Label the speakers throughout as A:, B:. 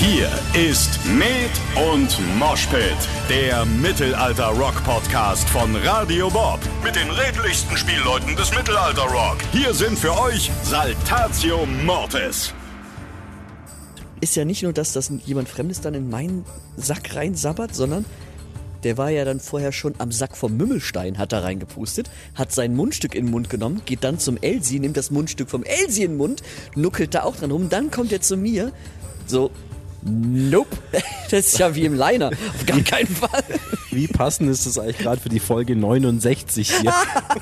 A: Hier ist Med und Moshpit, der Mittelalter-Rock-Podcast von Radio Bob. Mit den redlichsten Spielleuten des Mittelalter-Rock. Hier sind für euch Saltatio Mortis.
B: Ist ja nicht nur, dass das jemand Fremdes dann in meinen Sack reinsabbert, sondern der war ja dann vorher schon am Sack vom Mümmelstein, hat da reingepustet, hat sein Mundstück in den Mund genommen, geht dann zum Elsi, nimmt das Mundstück vom Elsi in den Mund, nuckelt da auch dran rum, dann kommt er zu mir, so, nope, das ist ja wie im Liner, auf gar keinen Fall.
C: Wie passend ist das eigentlich gerade für die Folge 69 hier?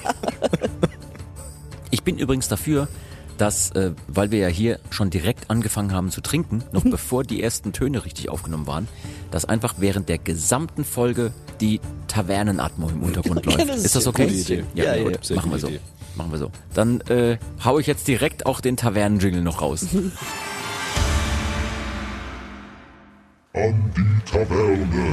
D: Ich bin übrigens dafür, dass, weil wir ja hier schon direkt angefangen haben zu trinken, noch bevor die ersten Töne richtig aufgenommen waren, dass einfach während der gesamten Folge die Tavernenatmo im Untergrund läuft.
B: Ja,
D: ist das okay?
C: Gute Idee.
D: Ja,
B: Ja,
D: gut,
B: ja.
D: machen wir so.
C: Idee.
D: Machen wir so. Dann hau ich jetzt direkt auch den Tavernen-Jingle noch raus.
E: An die Taverne.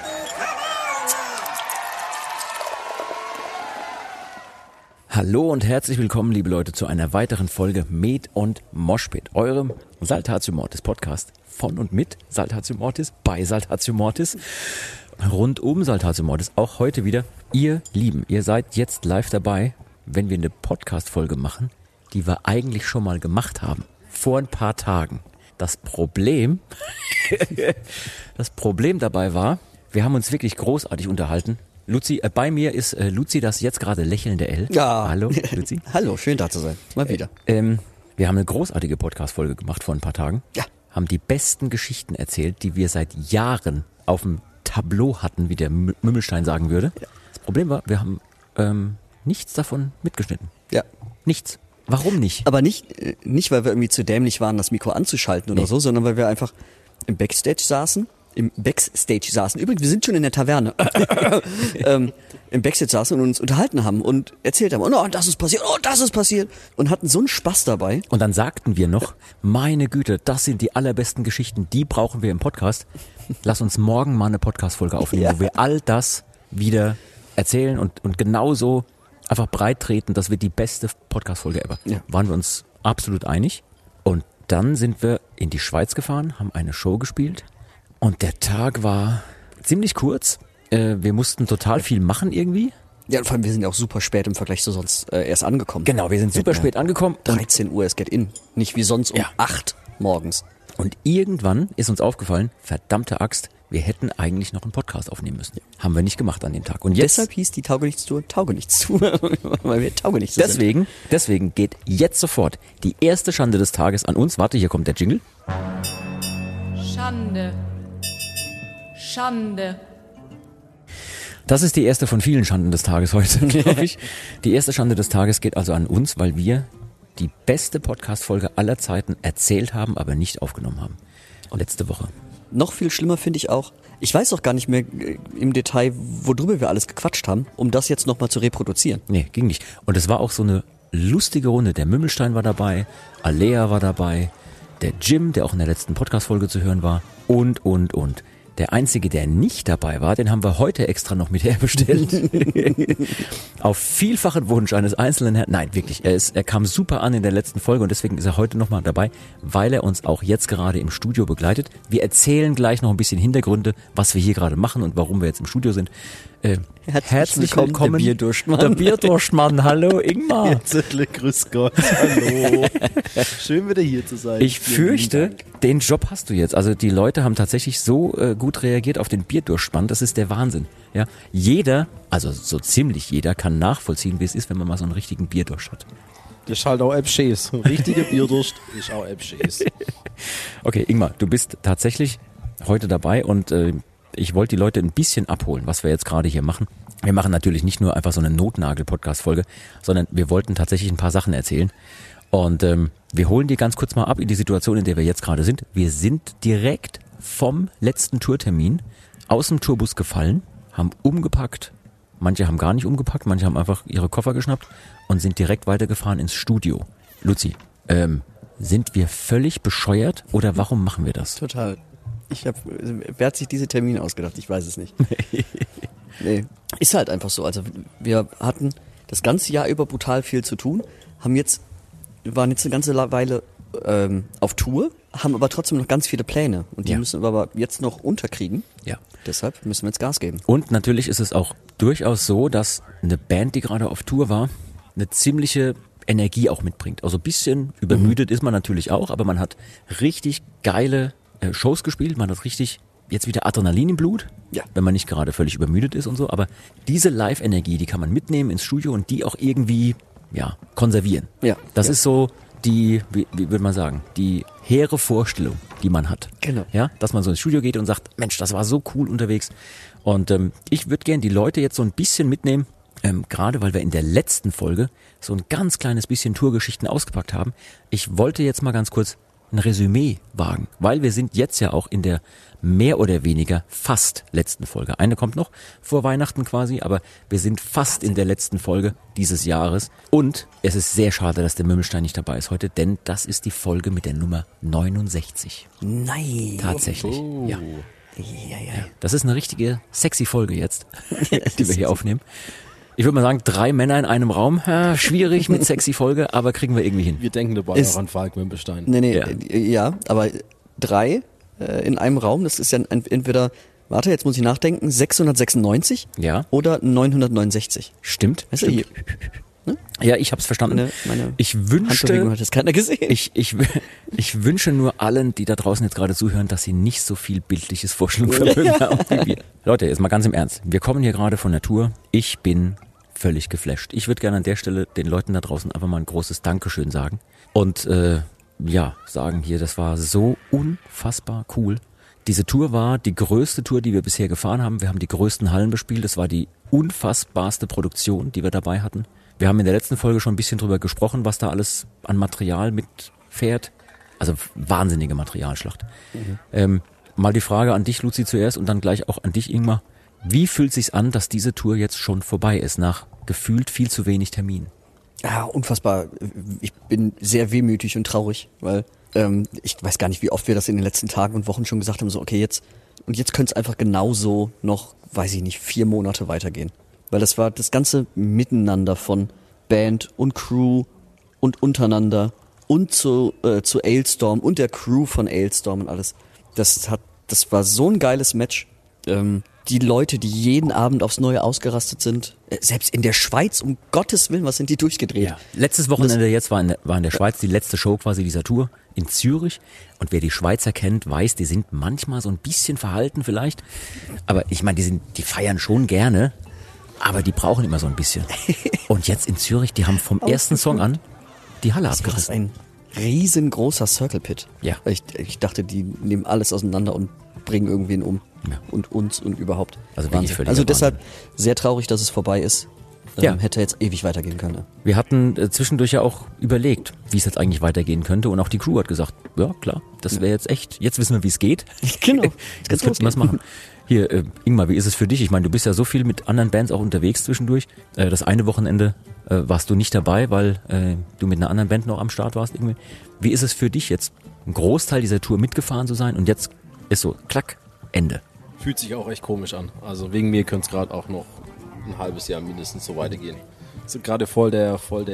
D: Hallo und herzlich willkommen, liebe Leute, zu einer weiteren Folge Med und Moshpit, eurem Saltatio Mortis Podcast von und mit Saltatio Mortis, bei Saltatio Mortis, rund um Saltatio Mortis, auch heute wieder. Ihr Lieben, ihr seid jetzt live dabei, wenn wir eine Podcast-Folge machen, die wir eigentlich schon mal gemacht haben, vor ein paar Tagen. Das Problem dabei war, wir haben uns wirklich großartig unterhalten. Luzi, bei mir ist Luzi, das jetzt gerade lächelnde L.
B: Ja.
D: Hallo, Luzi.
B: Hallo, schön da zu sein, mal wieder.
D: Wir haben eine großartige Podcast-Folge gemacht vor ein paar Tagen.
B: Ja.
D: Haben die besten Geschichten erzählt, die wir seit Jahren auf dem Tableau hatten, wie der Mümmelstein sagen würde. Ja. Das Problem war, wir haben nichts davon mitgeschnitten.
B: Ja.
D: Nichts. Warum nicht?
B: Aber nicht, weil wir irgendwie zu dämlich waren, das Mikro anzuschalten oder so, sondern weil wir einfach im Backstage saßen. Übrigens, wir sind schon in der Taverne. Im Backstage saßen und uns unterhalten haben und erzählt haben, oh, das ist passiert. Und hatten so einen Spaß dabei.
D: Und dann sagten wir noch, meine Güte, das sind die allerbesten Geschichten, die brauchen wir im Podcast. Lass uns morgen mal eine Podcast-Folge aufnehmen,
B: Ja.
D: wo wir all das wieder erzählen und genauso einfach breit treten, das wird die beste Podcast-Folge ever.
B: Ja.
D: Waren wir uns absolut einig. Und dann sind wir in die Schweiz gefahren, haben eine Show gespielt. Und der Tag war ziemlich kurz. Wir mussten total viel machen irgendwie.
B: Ja, und vor allem, wir sind ja auch super spät im Vergleich zu sonst erst angekommen.
D: Genau, wir sind super spät angekommen.
B: 13 Uhr, es geht in. Nicht wie sonst um
D: Ja.
B: 8 morgens.
D: Und irgendwann ist uns aufgefallen, verdammte Axt, wir hätten eigentlich noch einen Podcast aufnehmen müssen. Haben wir nicht gemacht an dem Tag. Und jetzt,
B: Deshalb hieß die Taugenichtstour Taugenichtstour, weil wir Taugenichtstour sind.
D: deswegen geht jetzt sofort die erste Schande des Tages an uns. Warte, hier kommt der Jingle.
F: Schande. Schande.
D: Das ist die erste von vielen Schanden des Tages heute, glaube ich. Die erste Schande des Tages geht also an uns, weil wir die beste Podcast-Folge aller Zeiten erzählt haben, aber nicht aufgenommen haben. Letzte Woche.
B: Noch viel schlimmer finde ich auch, ich weiß auch gar nicht mehr im Detail, worüber wir alles gequatscht haben, um das jetzt nochmal zu reproduzieren.
D: Nee, ging nicht. Und es war auch so eine lustige Runde. Der Mümmelstein war dabei, Alea war dabei, der Jim, der auch in der letzten Podcast-Folge zu hören war und. Der Einzige, der nicht dabei war, den haben wir heute extra noch mit herbestellt. Auf vielfachen Wunsch eines einzelnen Herrn. Nein, wirklich. Er kam super an in der letzten Folge und deswegen ist er heute nochmal dabei, weil er uns auch jetzt gerade im Studio begleitet. Wir erzählen gleich noch ein bisschen Hintergründe, was wir hier gerade machen und warum wir jetzt im Studio sind. Herzlich willkommen,
B: der Bierdurstmann.
D: Der Bierdurstmann. Hallo, Ingmar.
C: Herzlich grüß Gott. Hallo. Schön wieder hier zu sein.
D: Ich
C: Vielen
D: fürchte,
C: Dank.
D: den Job hast du jetzt. Also die Leute haben tatsächlich so gut reagiert auf den Bierdurstmann. Das ist der Wahnsinn. Ja, jeder, also so ziemlich jeder, kann nachvollziehen, wie es ist, wenn man mal so einen richtigen Bierdurst hat.
C: Das ist halt auch Ebschäs. Richtiger Bierdurst ist auch Ebschäs.
D: Okay, Ingmar, du bist tatsächlich heute dabei und ich wollte die Leute ein bisschen abholen, was wir jetzt gerade hier machen. Wir machen natürlich nicht nur einfach so eine Notnagel-Podcast-Folge, sondern wir wollten tatsächlich ein paar Sachen erzählen. Und wir holen die ganz kurz mal ab in die Situation, in der wir jetzt gerade sind. Wir sind direkt vom letzten Tourtermin aus dem Tourbus gefallen, haben umgepackt. Manche haben gar nicht umgepackt, manche haben einfach ihre Koffer geschnappt und sind direkt weitergefahren ins Studio. Luzi, sind wir völlig bescheuert oder warum machen wir das?
B: Total. Wer hat sich diese Termine ausgedacht? Ich weiß es nicht. Nee. Ist halt einfach so. Also wir hatten das ganze Jahr über brutal viel zu tun, waren jetzt eine ganze Weile auf Tour, haben aber trotzdem noch ganz viele Pläne. Und die
D: Ja.
B: müssen wir aber jetzt noch unterkriegen.
D: Ja.
B: Deshalb müssen wir jetzt Gas geben.
D: Und natürlich ist es auch durchaus so, dass eine Band, die gerade auf Tour war, eine ziemliche Energie auch mitbringt. Also ein bisschen übermüdet ist man natürlich auch, aber man hat richtig geile Shows gespielt, man hat richtig jetzt wieder Adrenalin im Blut,
B: Ja.
D: wenn man nicht gerade völlig übermüdet ist und so, aber diese Live-Energie, die kann man mitnehmen ins Studio und die auch irgendwie, ja, konservieren.
B: Ja.
D: Das
B: Ja.
D: ist so die, wie würde man sagen, die hehre Vorstellung, die man hat.
B: Genau.
D: Ja, dass man so ins Studio geht und sagt, Mensch, das war so cool unterwegs. Und ich würde gern die Leute jetzt so ein bisschen mitnehmen, gerade weil wir in der letzten Folge so ein ganz kleines bisschen Tourgeschichten ausgepackt haben. Ich wollte jetzt mal ganz kurz ein Resümee wagen, weil wir sind jetzt ja auch in der mehr oder weniger fast letzten Folge. Eine kommt noch vor Weihnachten quasi, aber wir sind fast in der letzten Folge dieses Jahres. Und es ist sehr schade, dass der Mümmelstein nicht dabei ist heute, denn das ist die Folge mit der Nummer 69.
B: Nein.
D: Tatsächlich, ja.
B: Ja.
D: Das ist eine richtige sexy Folge jetzt, die wir hier aufnehmen. Ich würde mal sagen, 3 Männer in einem Raum. Schwierig mit sexy Folge, aber kriegen wir irgendwie hin.
C: Wir denken dabei
B: Ist-
C: auch an Falk Mümmelstein.
B: Nee,
D: Ja.
B: ja, aber 3 in einem Raum, das ist ja entweder, warte, jetzt muss ich nachdenken, 696
D: Ja,
B: oder 969.
D: stimmt.
B: Weißt du,
D: stimmt. Ja, ich habe es verstanden.
B: Meine
D: Ich
B: Handbewegung
D: wünschte,
B: hat das keiner gesehen.
D: ich wünsche nur allen, die da draußen jetzt gerade zuhören, dass sie nicht so viel bildliches Vorstellungsvermögen haben wie wir. Leute, jetzt mal ganz im Ernst. Wir kommen hier gerade von der Tour. Ich bin völlig geflasht. Ich würde gerne an der Stelle den Leuten da draußen einfach mal ein großes Dankeschön sagen. Und sagen hier, das war so unfassbar cool. Diese Tour war die größte Tour, die wir bisher gefahren haben. Wir haben die größten Hallen bespielt. Es war die unfassbarste Produktion, die wir dabei hatten. Wir haben in der letzten Folge schon ein bisschen drüber gesprochen, was da alles an Material mitfährt. Also wahnsinnige Materialschlacht. Mal die Frage an dich, Luzi, zuerst und dann gleich auch an dich, Ingmar. Wie fühlt sich's an, dass diese Tour jetzt schon vorbei ist, nach gefühlt viel zu wenig Termin?
B: Ja, unfassbar. Ich bin sehr wehmütig und traurig, weil ich weiß gar nicht, wie oft wir das in den letzten Tagen und Wochen schon gesagt haben, so okay, jetzt könnte es einfach genauso noch, weiß ich nicht, 4 Monate weitergehen. Weil das war das ganze Miteinander von Band und Crew und untereinander und zu Ailstorm und der Crew von Ailstorm und alles. Das war so ein geiles Match. Die Leute, die jeden Abend aufs Neue ausgerastet sind, selbst in der Schweiz, um Gottes Willen, was sind die durchgedreht?
D: Letztes Wochenende jetzt war in der Schweiz die letzte Show quasi dieser Tour in Zürich. Und wer die Schweizer kennt, weiß, die sind manchmal so ein bisschen verhalten vielleicht. Aber ich meine, die feiern schon gerne, aber die brauchen immer so ein bisschen. Und jetzt in Zürich, die haben vom ersten Song an die Halle
B: Das ist
D: abgerissen.
B: ein riesengroßer Circle Pit.
D: Ja.
B: Ich dachte, die nehmen alles auseinander und bringen irgendwen um.
D: Ja.
B: Und uns und überhaupt.
D: Also wirklich
B: Wahnsinn.
D: völliger
B: Also deshalb sehr traurig, dass es vorbei ist.
D: Ja.
B: Hätte jetzt ewig weitergehen können. Ne?
D: Wir hatten zwischendurch ja auch überlegt, wie es jetzt eigentlich weitergehen könnte. Und auch die Crew hat gesagt, ja klar, das wäre jetzt echt, jetzt wissen wir, wie es geht.
B: Genau.
D: Jetzt könnten wir es machen. Hier, Ingmar, wie ist es für dich? Ich meine, du bist ja so viel mit anderen Bands auch unterwegs zwischendurch. Das eine Wochenende warst du nicht dabei, weil du mit einer anderen Band noch am Start warst. Irgendwie. Wie ist es für dich jetzt, einen Großteil dieser Tour mitgefahren zu sein und jetzt ist so, klack, Ende.
C: Fühlt sich auch echt komisch an. Also wegen mir könnte es gerade auch noch ein halbes Jahr mindestens so weitergehen. So gerade voll der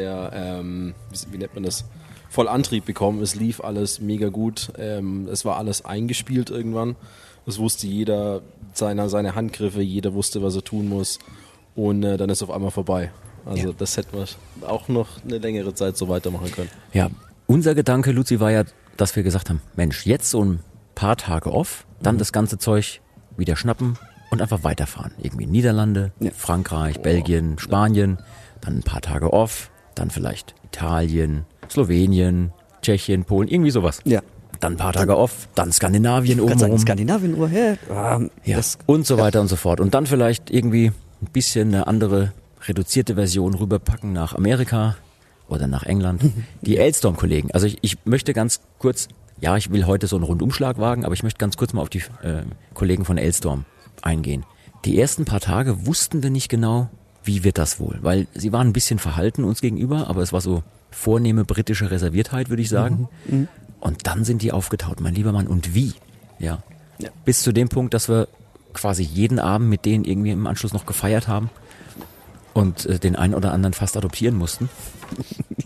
C: wie nennt man das? Voll Antrieb bekommen. Es lief alles mega gut. Es war alles eingespielt irgendwann. Es wusste jeder seine Handgriffe, jeder wusste, was er tun muss. Und dann ist auf einmal vorbei. Also das hätten wir auch noch eine längere Zeit so weitermachen können.
D: Ja, unser Gedanke, Luzi, war ja, dass wir gesagt haben, Mensch, jetzt so ein paar Tage off, dann das ganze Zeug wieder schnappen und einfach weiterfahren. Irgendwie Niederlande, Frankreich, Belgien, Spanien, dann ein paar Tage off, dann vielleicht Italien, Slowenien, Tschechien, Polen, irgendwie sowas.
B: Ja.
D: Dann ein paar Tage off, dann Skandinavien
B: Ganz sagen,
D: oben
B: Skandinavien,
D: ja.
B: das,
D: Und so weiter und so fort. Und dann vielleicht irgendwie ein bisschen eine andere reduzierte Version rüberpacken nach Amerika oder nach England. Die Ailstorm-Kollegen, also ich möchte ganz kurz, ja, ich will heute so einen Rundumschlag wagen, aber ich möchte ganz kurz mal auf die Kollegen von Ailstorm eingehen. Die ersten paar Tage wussten wir nicht genau, wie wird das wohl, weil sie waren ein bisschen verhalten uns gegenüber, aber es war so vornehme britische Reserviertheit, würde ich sagen. Und dann sind die aufgetaut, mein lieber Mann, und wie? Ja. Bis zu dem Punkt, dass wir quasi jeden Abend mit denen irgendwie im Anschluss noch gefeiert haben und den einen oder anderen fast adoptieren mussten.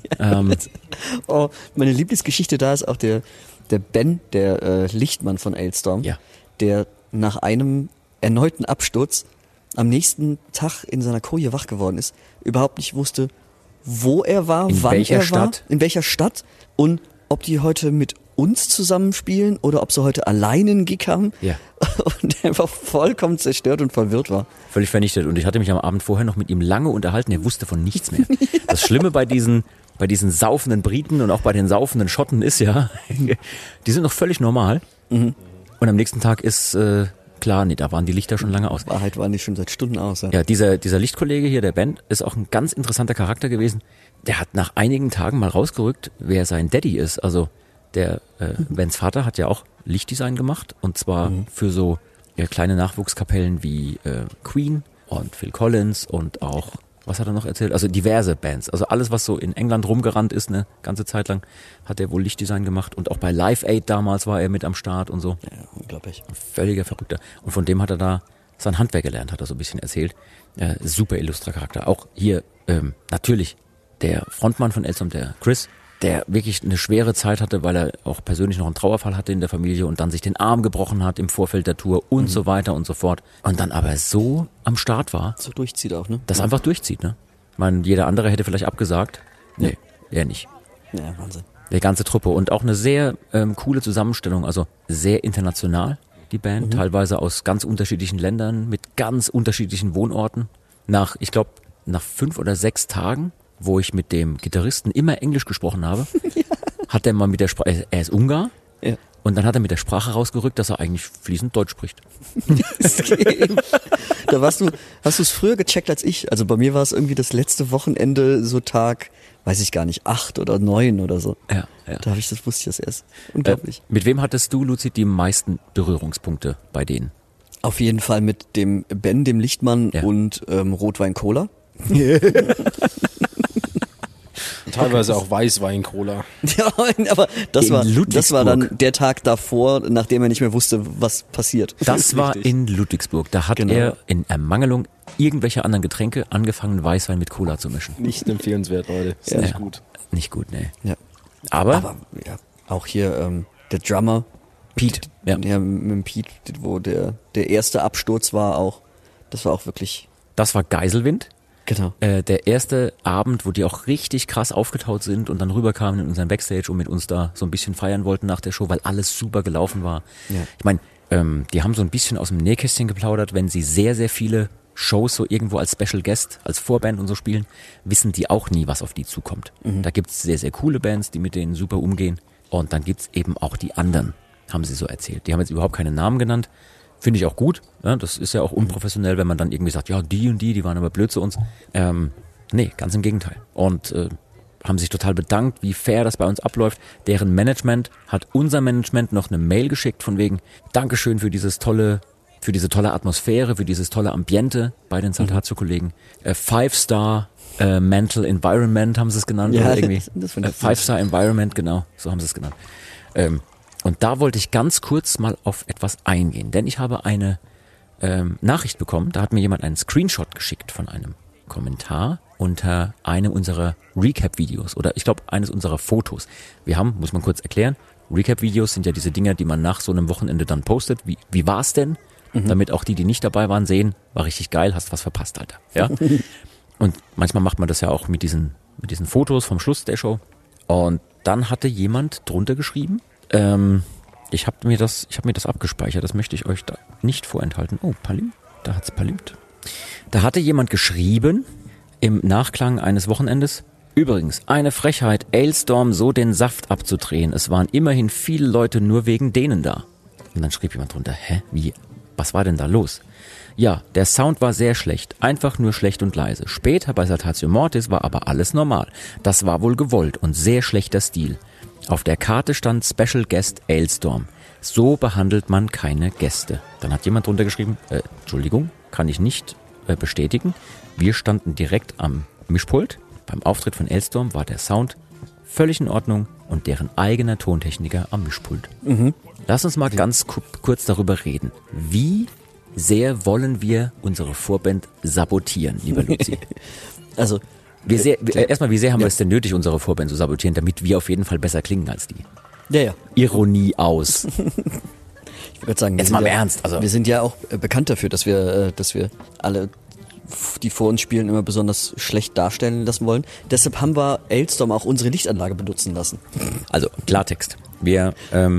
B: Oh, meine Lieblingsgeschichte da ist auch der Ben, der Lichtmann von Ailstorm,
D: Ja.
B: der nach einem erneuten Absturz am nächsten Tag in seiner Koje wach geworden ist, überhaupt nicht wusste, wo er war,
D: In
B: wann
D: welcher
B: er
D: Stadt?
B: war, in welcher Stadt und ob die heute mit uns zusammenspielen oder ob sie heute alleine einen Gig haben.
D: Ja.
B: Und er einfach vollkommen zerstört und verwirrt war.
D: Völlig vernichtet. Und ich hatte mich am Abend vorher noch mit ihm lange unterhalten. Er wusste von nichts mehr. Das Schlimme bei diesen saufenden Briten und auch bei den saufenden Schotten ist ja, die sind noch völlig normal. Und am nächsten Tag ist klar, nee, da waren die Lichter schon lange aus.
B: Wahrheit waren die schon seit Stunden aus.
D: Ja, dieser Lichtkollege hier, der Ben, ist auch ein ganz interessanter Charakter gewesen. Der hat nach einigen Tagen mal rausgerückt, wer sein Daddy ist. Also der Bens Vater hat ja auch Lichtdesign gemacht und zwar für so kleine Nachwuchskapellen wie Queen und Phil Collins und auch, was hat er noch erzählt? Also diverse Bands. Also alles, was so in England rumgerannt ist, eine ganze Zeit lang, hat er wohl Lichtdesign gemacht und auch bei Live Aid damals war er mit am Start und so.
B: Ja, unglaublich.
D: Völliger Verrückter. Und von dem hat er da sein Handwerk gelernt, hat er so ein bisschen erzählt. Super illustrer Charakter. Auch hier natürlich der Frontmann von Ailstorm, der Chris, der wirklich eine schwere Zeit hatte, weil er auch persönlich noch einen Trauerfall hatte in der Familie und dann sich den Arm gebrochen hat im Vorfeld der Tour und so weiter und so fort. Und dann aber so am Start war,
B: So durchzieht auch, ne?
D: dass einfach durchzieht, ne? Ich meine, jeder andere hätte vielleicht abgesagt. Nee, er nicht.
B: Ja, Wahnsinn.
D: Die ganze Truppe und auch eine sehr coole Zusammenstellung, also sehr international, die Band, teilweise aus ganz unterschiedlichen Ländern, mit ganz unterschiedlichen Wohnorten. Ich glaube, nach 5 oder 6 Tagen, wo ich mit dem Gitarristen immer Englisch gesprochen habe, hat er mal mit der Sprache, er ist Ungar,
B: Ja.
D: und dann hat er mit der Sprache rausgerückt, dass er eigentlich fließend Deutsch spricht.
B: Da hast du es früher gecheckt als ich. Also bei mir war es irgendwie das letzte Wochenende so Tag, weiß ich gar nicht, 8 oder 9 oder so.
D: Ja.
B: Da wusste ich das erst. Unglaublich.
D: Mit wem hattest du, Luzi, die meisten Berührungspunkte bei denen?
B: Auf jeden Fall mit dem Ben, dem Lichtmann
D: Ja.
B: und Rotwein Cola.
C: Teilweise auch Weißwein-Cola.
B: Ja, aber das
D: In
B: war
D: Ludwigsburg.
B: dann der Tag davor, nachdem er nicht mehr wusste, was passiert.
D: Das war
B: Richtig.
D: in Ludwigsburg. Da hat
B: Genau.
D: er in Ermangelung irgendwelcher anderen Getränke angefangen, Weißwein mit Cola zu mischen.
C: Nicht empfehlenswert, Leute. Ist
B: Ja.
C: nicht gut.
D: Nicht gut, ne.
B: Ja.
D: Aber
B: Aber ja, auch hier der Drummer.
D: Pete, ja.
B: Ja, mit dem Pete, wo der erste Absturz war auch. Das war auch wirklich,
D: Das war Geiselwind.
B: genau.
D: Der erste Abend, wo die auch richtig krass aufgetaut sind und dann rüberkamen in unseren Backstage und mit uns da so ein bisschen feiern wollten nach der Show, weil alles super gelaufen war.
B: Ja.
D: Ich meine, die haben so ein bisschen aus dem Nähkästchen geplaudert, wenn sie sehr, sehr viele Shows so irgendwo als Special Guest, als Vorband und so spielen, wissen die auch nie, was auf die zukommt. Da gibt's sehr, sehr coole Bands, die mit denen super umgehen. Und dann gibt's eben auch die anderen, haben sie so erzählt. Die haben jetzt überhaupt keine Namen genannt. Finde ich auch gut. Ja, das ist ja auch unprofessionell, wenn man dann irgendwie sagt, ja, die und die waren aber blöd zu uns. Nee, ganz im Gegenteil. Und haben sich total bedankt, wie fair das bei uns abläuft. Deren Management hat unser Management noch eine Mail geschickt von wegen Dankeschön für diese tolle Atmosphäre, für dieses tolle Ambiente bei den Saltatio-Kollegen. 5-Star Mental Environment haben sie es genannt.
B: Ja,
D: oder irgendwie.
B: das finde ich
D: 5-Star Environment, genau, so haben sie es genannt. Und da wollte ich ganz kurz mal auf etwas eingehen, denn ich habe eine Nachricht bekommen, da hat mir jemand einen Screenshot geschickt von einem Kommentar unter einem unserer Recap-Videos oder ich glaube eines unserer Fotos. Wir haben, muss man kurz erklären, Recap-Videos sind ja diese Dinger, die man nach so einem Wochenende dann postet. Wie war's denn? Damit auch die nicht dabei waren, sehen, war richtig geil, hast was verpasst, Alter. Ja? Und manchmal macht man das ja auch mit diesen Fotos vom Schluss der Show. Und dann hatte jemand drunter geschrieben, ich habe mir das abgespeichert, das möchte ich euch da nicht vorenthalten. Oh, Palim, da hat's palimt. Da hatte jemand geschrieben, im Nachklang eines Wochenendes, übrigens, eine Frechheit, Ailstorm so den Saft abzudrehen. Es waren immerhin viele Leute nur wegen denen da. Und dann schrieb jemand drunter, wie, was war denn da los? Ja, der Sound war sehr schlecht, einfach nur schlecht und leise. Später bei Saltatio Mortis war aber alles normal. Das war wohl gewollt und sehr schlechter Stil. Auf der Karte stand Special Guest Ailstorm. So behandelt man keine Gäste. Dann hat jemand drunter geschrieben, Entschuldigung, kann ich nicht bestätigen. Wir standen direkt am Mischpult. Beim Auftritt von Ailstorm war der Sound völlig in Ordnung und deren eigener Tontechniker am Mischpult. Lass uns mal ganz kurz darüber reden. Wie sehr wollen wir unsere Vorband sabotieren, lieber Luzi?
B: Also
D: Wie sehr haben wir es denn nötig, unsere Vorband zu sabotieren, damit wir auf jeden Fall besser klingen als die?
B: Ja.
D: Ironie aus.
B: Ich würde sagen,
D: Jetzt mal im Ernst. Also
B: wir sind ja auch bekannt dafür, dass wir alle, die vor uns spielen, immer besonders schlecht darstellen lassen wollen. Deshalb haben wir Ailstorm auch unsere Lichtanlage benutzen lassen.
D: Also Klartext. Wer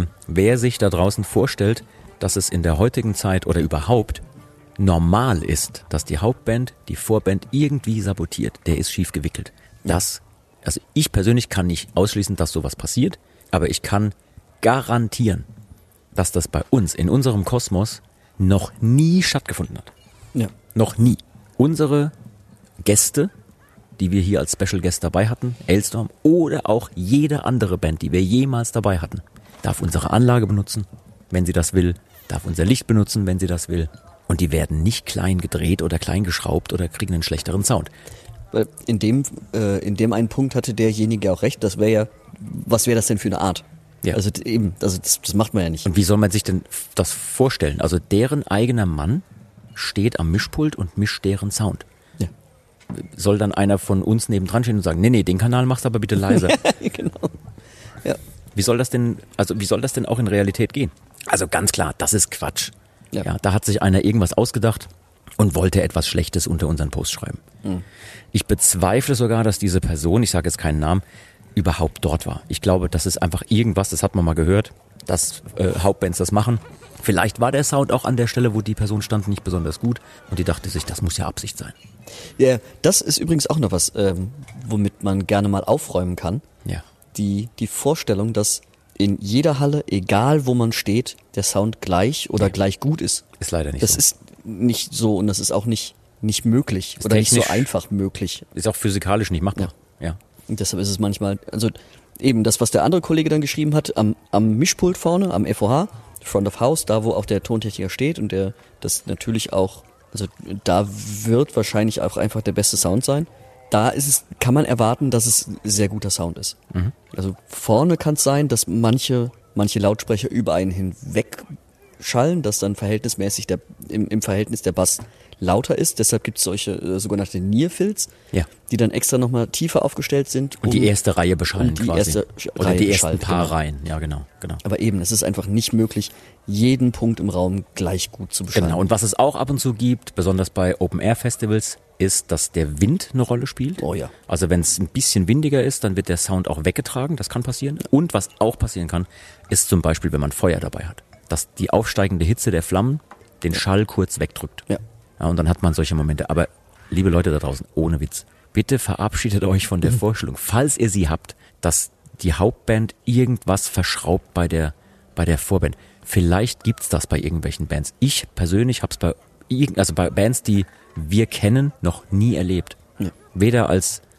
D: sich da draußen vorstellt, dass es in der heutigen Zeit oder überhaupt normal ist, dass die Hauptband die Vorband irgendwie sabotiert, der ist schief gewickelt. Also ich persönlich kann nicht ausschließen, dass sowas passiert, aber ich kann garantieren, dass das bei uns in unserem Kosmos noch nie stattgefunden hat.
B: Ja.
D: Noch nie. Unsere Gäste, die wir hier als Special Guest dabei hatten, Ailstorm oder auch jede andere Band, die wir jemals dabei hatten, darf unsere Anlage benutzen, wenn sie das will, darf unser Licht benutzen, wenn sie das will. Und die werden nicht klein gedreht oder klein geschraubt oder kriegen einen schlechteren Sound.
B: Weil in dem einen Punkt hatte derjenige auch recht, was wäre das denn für eine Art?
D: Ja.
B: Also das macht man ja nicht.
D: Und wie soll man sich denn das vorstellen? Also deren eigener Mann steht am Mischpult und mischt deren Sound.
B: Ja.
D: Soll dann einer von uns nebendran stehen und sagen, nee, den Kanal machst du aber bitte leiser.
B: Genau. Ja.
D: Wie soll das denn auch in Realität gehen? Also ganz klar, das ist Quatsch. Ja, da hat sich einer irgendwas ausgedacht und wollte etwas Schlechtes unter unseren Post schreiben. Mhm. Ich bezweifle sogar, dass diese Person, ich sage jetzt keinen Namen, überhaupt dort war. Ich glaube, das ist einfach irgendwas, das hat man mal gehört, dass Hauptbands das machen. Vielleicht war der Sound auch an der Stelle, wo die Person stand, nicht besonders gut und die dachte sich, das muss ja Absicht sein.
B: Ja, das ist übrigens auch noch was, womit man gerne mal aufräumen kann.
D: Ja.
B: Die Vorstellung, dass in jeder Halle, egal wo man steht, der Sound gleich oder gleich gut ist.
D: Ist leider nicht
B: das
D: so.
B: Das ist nicht so und das ist auch nicht möglich
D: ist
B: oder nicht so einfach möglich.
D: Ist auch physikalisch nicht machbar. Ja.
B: Und deshalb ist es manchmal, also eben das, was der andere Kollege dann geschrieben hat, am Mischpult vorne, am FOH, Front of House, da wo auch der Tontechniker steht und der das natürlich auch, also da wird wahrscheinlich auch einfach der beste Sound sein. Da kann man erwarten, dass es sehr guter Sound ist. Mhm. Also vorne kann es sein, dass manche Lautsprecher über einen hinweg schallen, dass dann verhältnismäßig im Verhältnis der Bass lauter ist. Deshalb gibt es solche sogenannte Near-Fills, die dann extra nochmal tiefer aufgestellt sind.
D: Und die erste Reihe beschallen quasi. Oder die ersten paar
B: genau.
D: Reihen, ja genau.
B: Aber eben, es ist einfach nicht möglich, jeden Punkt im Raum gleich gut zu beschallen.
D: Genau, und was es auch ab und zu gibt, besonders bei Open-Air-Festivals, ist, dass der Wind eine Rolle spielt.
B: Oh ja.
D: Also wenn es ein bisschen windiger ist, dann wird der Sound auch weggetragen, das kann passieren. Und was auch passieren kann, ist zum Beispiel, wenn man Feuer dabei hat, dass die aufsteigende Hitze der Flammen den Schall kurz wegdrückt. Ja, und dann hat man solche Momente. Aber liebe Leute da draußen, ohne Witz, bitte verabschiedet euch von der Vorstellung, falls ihr sie habt, dass die Hauptband irgendwas verschraubt bei der Vorband. Vielleicht gibt's das bei irgendwelchen Bands. Ich persönlich habe es bei Bands, die wir kennen, noch nie erlebt. Ja. Weder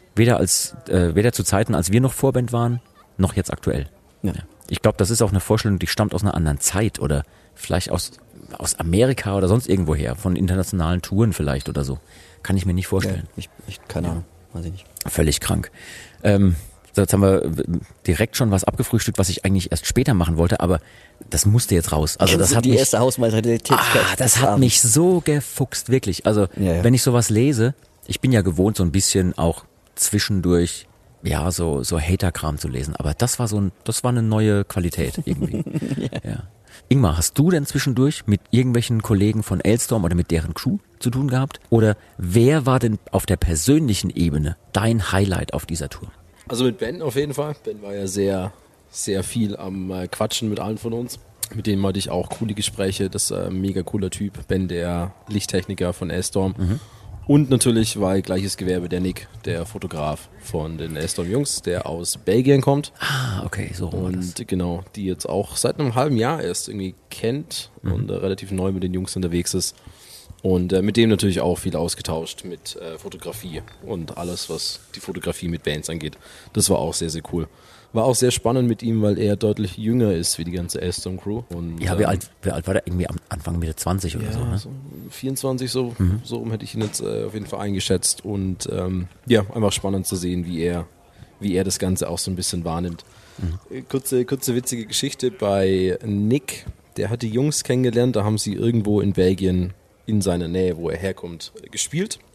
D: zu Zeiten, als wir noch Vorband waren, noch jetzt aktuell. Ja. Ich glaube, das ist auch eine Vorstellung, die stammt aus einer anderen Zeit oder vielleicht aus Amerika oder sonst irgendwo her, von internationalen Touren vielleicht oder so. Kann ich mir nicht vorstellen.
B: Ja, keine Ahnung, weiß ich nicht.
D: Völlig krank. Jetzt haben wir direkt schon was abgefrühstückt, was ich eigentlich erst später machen wollte, aber das musste jetzt raus. Also das hat
B: die erste Hausmeister-Tätigkeit.
D: Das hat mich so gefuchst, wirklich. Also wenn ich sowas lese, ich bin ja gewohnt, so ein bisschen auch zwischendurch so Hater-Kram zu lesen, aber das war eine neue Qualität irgendwie. Ja. Ingmar, hast du denn zwischendurch mit irgendwelchen Kollegen von Ailstorm oder mit deren Crew zu tun gehabt? Oder wer war denn auf der persönlichen Ebene dein Highlight auf dieser Tour?
C: Also mit Ben auf jeden Fall. Ben war ja sehr, sehr viel am Quatschen mit allen von uns. Mit denen hatte ich auch coole Gespräche. Das ist ein mega cooler Typ. Ben, der Lichttechniker von Ailstorm. Mhm. Und natürlich war gleiches Gewerbe der Nick, der Fotograf von den Ailstorm-Jungs, der aus Belgien kommt.
D: Ah, okay, so rum.
C: Und genau, die jetzt auch seit einem halben Jahr erst irgendwie kennt und relativ neu mit den Jungs unterwegs ist. Und mit dem natürlich auch viel ausgetauscht mit Fotografie und alles, was die Fotografie mit Bands angeht. Das war auch sehr, sehr cool. War auch sehr spannend mit ihm, weil er deutlich jünger ist wie die ganze Ailstorm-Crew.
D: Ja, wie alt war der? Irgendwie am Anfang Mitte 20 oder so, ne?
C: So 24 so rum hätte ich ihn jetzt auf jeden Fall eingeschätzt. Und einfach spannend zu sehen, wie er das Ganze auch so ein bisschen wahrnimmt. Mhm. Kurze witzige Geschichte bei Nick. Der hat die Jungs kennengelernt, da haben sie irgendwo in Belgien in seiner Nähe, wo er herkommt, gespielt.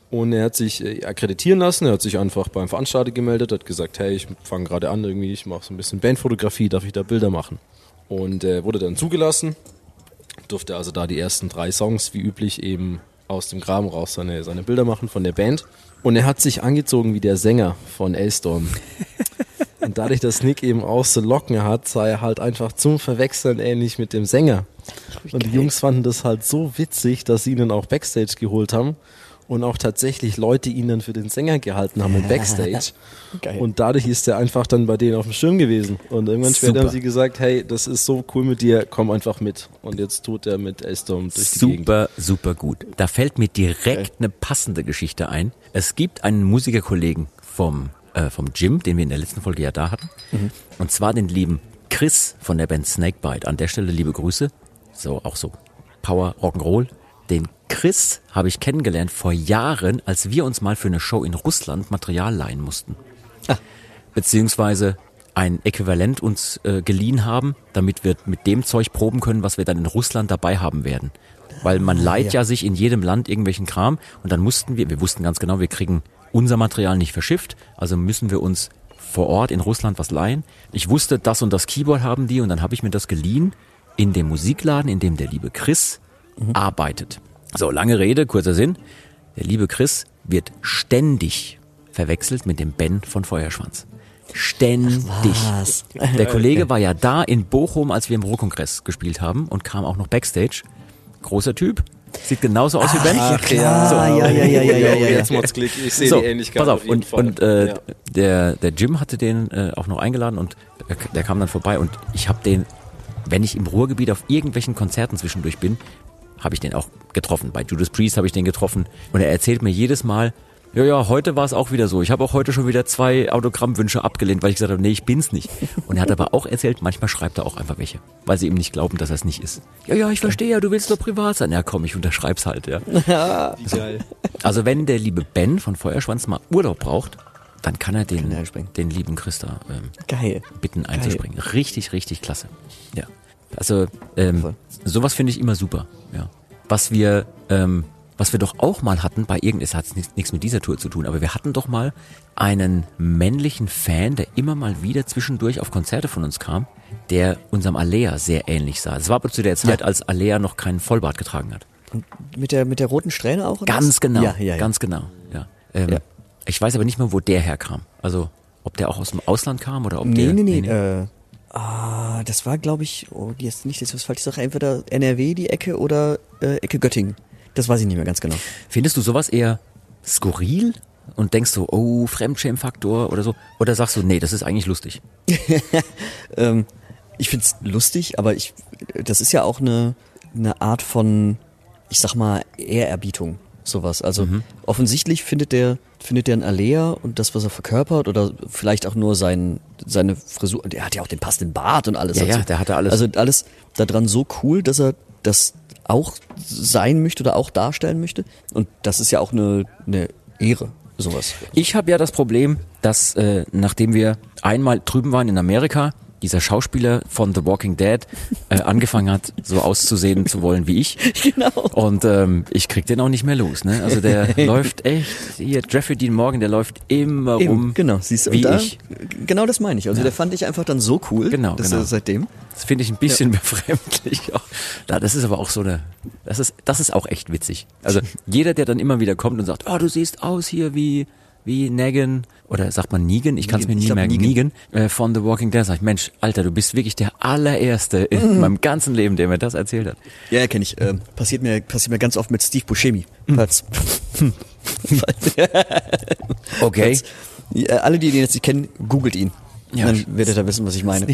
C: Und er hat sich akkreditieren lassen, er hat sich einfach beim Veranstalter gemeldet, hat gesagt, hey, ich fange gerade an irgendwie, ich mache so ein bisschen Bandfotografie, darf ich da Bilder machen? Und wurde dann zugelassen, durfte also da die ersten 3 Songs wie üblich eben aus dem Graben raus seine Bilder machen von der Band. Und er hat sich angezogen wie der Sänger von A-Storm. Und dadurch, dass Nick eben auch so Locken hat, sah er halt einfach zum Verwechseln ähnlich mit dem Sänger. Und die Jungs fanden das halt so witzig, dass sie ihn dann auch Backstage geholt haben und auch tatsächlich Leute ihn dann für den Sänger gehalten haben im Backstage.
B: Geil.
C: Und dadurch ist er einfach dann bei denen auf dem Schirm gewesen. Und irgendwann später haben sie gesagt, hey, das ist so cool mit dir, komm einfach mit. Und jetzt tut er mit A-Storm durch die Gegend.
D: Super gut. Da fällt mir direkt eine passende Geschichte ein. Es gibt einen Musikerkollegen vom Jim, den wir in der letzten Folge ja da hatten. Und zwar den lieben Chris von der Band Snakebite. An der Stelle liebe Grüße. So, auch so Power, Rock'n'Roll. Den Chris habe ich kennengelernt vor Jahren, als wir uns mal für eine Show in Russland Material leihen mussten. Beziehungsweise ein Äquivalent uns geliehen haben, damit wir mit dem Zeug proben können, was wir dann in Russland dabei haben werden. Weil man leiht ja sich in jedem Land irgendwelchen Kram und dann wir wussten ganz genau, wir kriegen unser Material nicht verschifft, also müssen wir uns vor Ort in Russland was leihen. Ich wusste, das und das Keyboard haben die und dann habe ich mir das geliehen in dem Musikladen, in dem der liebe Chris arbeitet. So, lange Rede, kurzer Sinn. Der liebe Chris wird ständig verwechselt mit dem Ben von Feuerschwanz. Ständig.
B: Was?
D: Der Kollege war ja da in Bochum, als wir im Ruhrkongress gespielt haben und kam auch noch Backstage. Großer Typ. Sieht genauso aus wie Ben.
B: Ja, klar. Ja.
C: Jetzt macht's Klick, ich sehe
D: So,
C: die Ähnlichkeit
D: pass auf,
C: jeden Fall.
D: und der Jim hatte den auch noch eingeladen und der kam dann vorbei und ich habe den, wenn ich im Ruhrgebiet auf irgendwelchen Konzerten zwischendurch bin, habe ich den auch getroffen. Bei Judas Priest habe ich den getroffen und er erzählt mir jedes Mal, ja, heute war es auch wieder so. Ich habe auch heute schon wieder 2 Autogrammwünsche abgelehnt, weil ich gesagt habe, nee, ich bin's nicht. Und er hat aber auch erzählt, manchmal schreibt er auch einfach welche, weil sie ihm nicht glauben, dass er es nicht ist. Ja, ich verstehe ja, du willst doch privat sein. Ja, komm, ich unterschreib's halt, ja.
C: Wie geil.
D: Also wenn der liebe Ben von Feuerschwanz mal Urlaub braucht, dann kann er den lieben Christa
B: Geil.
D: bitten einzuspringen. Richtig, richtig klasse. Ja. Also sowas finde ich immer super. Ja. Was wir doch auch mal hatten bei es hat nichts mit dieser Tour zu tun, aber wir hatten doch mal einen männlichen Fan, der immer mal wieder zwischendurch auf Konzerte von uns kam, der unserem Alea sehr ähnlich sah. Es war aber zu der Zeit, als Alea noch keinen Vollbart getragen hat.
B: Und mit der roten Strähne auch? Oder
D: Ganz
B: was?
D: genau,
B: Ja.
D: ganz genau. Ja. Ich weiß aber nicht mehr, wo der herkam. Also ob der auch aus dem Ausland kam oder ob
B: Nee. Das war, glaube ich, jetzt nicht, das ist was falsch, ich sage entweder NRW die Ecke oder Ecke Göttingen. Das weiß ich nicht mehr ganz genau.
D: Findest du sowas eher skurril und denkst so, oh, Fremdschämfaktor oder so? Oder sagst du, nee, das ist eigentlich lustig?
B: Ich find's lustig, aber das ist ja auch eine Art von, ich sag mal, Ehrerbietung, sowas. Also offensichtlich findet der ein Alea und das, was er verkörpert oder vielleicht auch nur seine Frisur. Der hat ja auch den passenden Bart und alles.
D: Ja, der hatte alles.
B: Also alles daran so cool, dass er das auch sein möchte oder auch darstellen möchte. Und das ist ja auch eine Ehre, sowas.
D: Ich habe ja das Problem, dass nachdem wir einmal drüben waren in Amerika, dieser Schauspieler von The Walking Dead angefangen hat, so auszusehen zu wollen wie ich.
B: Genau.
D: Und ich krieg den auch nicht mehr los. Ne? Also der läuft echt, hier Jeffrey Dean Morgan, der läuft immer rum
B: Genau, siehst du,
D: wie
B: und
D: ich.
B: Genau das meine ich. Also der fand ich einfach dann so cool,
D: Genau.
B: seitdem.
D: Das finde ich ein bisschen befremdlich. Auch. Das ist aber auch so das ist auch echt witzig. Also jeder, der dann immer wieder kommt und sagt, oh, du siehst aus hier wie Negan, oder sagt man Negan? Ich kann es mir nie merken. Negan von The Walking Dead. Sag ich, Mensch, Alter, du bist wirklich der allererste in meinem ganzen Leben, der mir das erzählt hat.
B: Ja, kenne ich. Passiert mir ganz oft mit Steve Buscemi.
D: Okay.
B: Alle, die den jetzt nicht kennen, googelt ihn.
D: Ja,
B: dann werdet ihr wissen, was ich meine.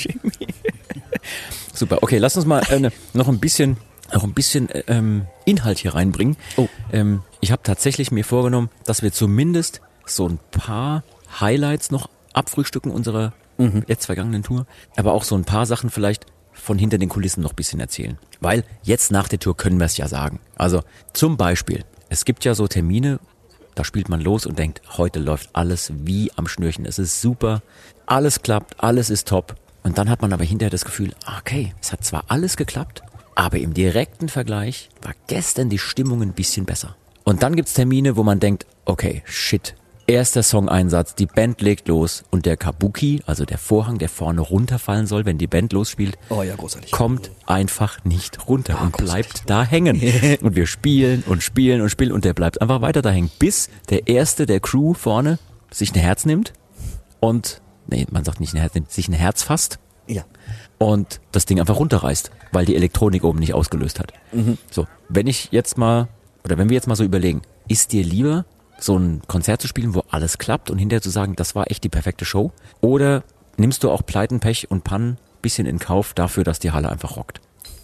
D: Super. Okay, lass uns mal noch ein bisschen Inhalt hier reinbringen.
B: Oh.
D: Ich habe tatsächlich mir vorgenommen, dass wir zumindest so ein paar Highlights noch abfrühstücken unserer jetzt vergangenen Tour, aber auch so ein paar Sachen vielleicht von hinter den Kulissen noch ein bisschen erzählen. Weil jetzt nach der Tour können wir es ja sagen. Also zum Beispiel, es gibt ja so Termine, da spielt man los und denkt, heute läuft alles wie am Schnürchen. Es ist super, alles klappt, alles ist top. Und dann hat man aber hinterher das Gefühl, okay, es hat zwar alles geklappt, aber im direkten Vergleich war gestern die Stimmung ein bisschen besser. Und dann gibt's Termine, wo man denkt, okay, shit, erster Song-Einsatz, die Band legt los und der Kabuki, also der Vorhang, der vorne runterfallen soll, wenn die Band losspielt, kommt einfach nicht runter und bleibt da hängen. Und wir spielen und spielen und spielen und der bleibt einfach weiter da hängen, bis der Erste der Crew vorne sich ein Herz nimmt und, nee, man sagt nicht ein Herz nimmt, sich ein Herz fasst.
B: Ja.
D: Und das Ding einfach runterreißt, weil die Elektronik oben nicht ausgelöst hat. So, wenn wir jetzt mal so überlegen, ist dir lieber, so ein Konzert zu spielen, wo alles klappt und hinterher zu sagen, das war echt die perfekte Show? Oder nimmst du auch Pleiten, Pech und Pannen bisschen in Kauf dafür, dass die Halle einfach rockt?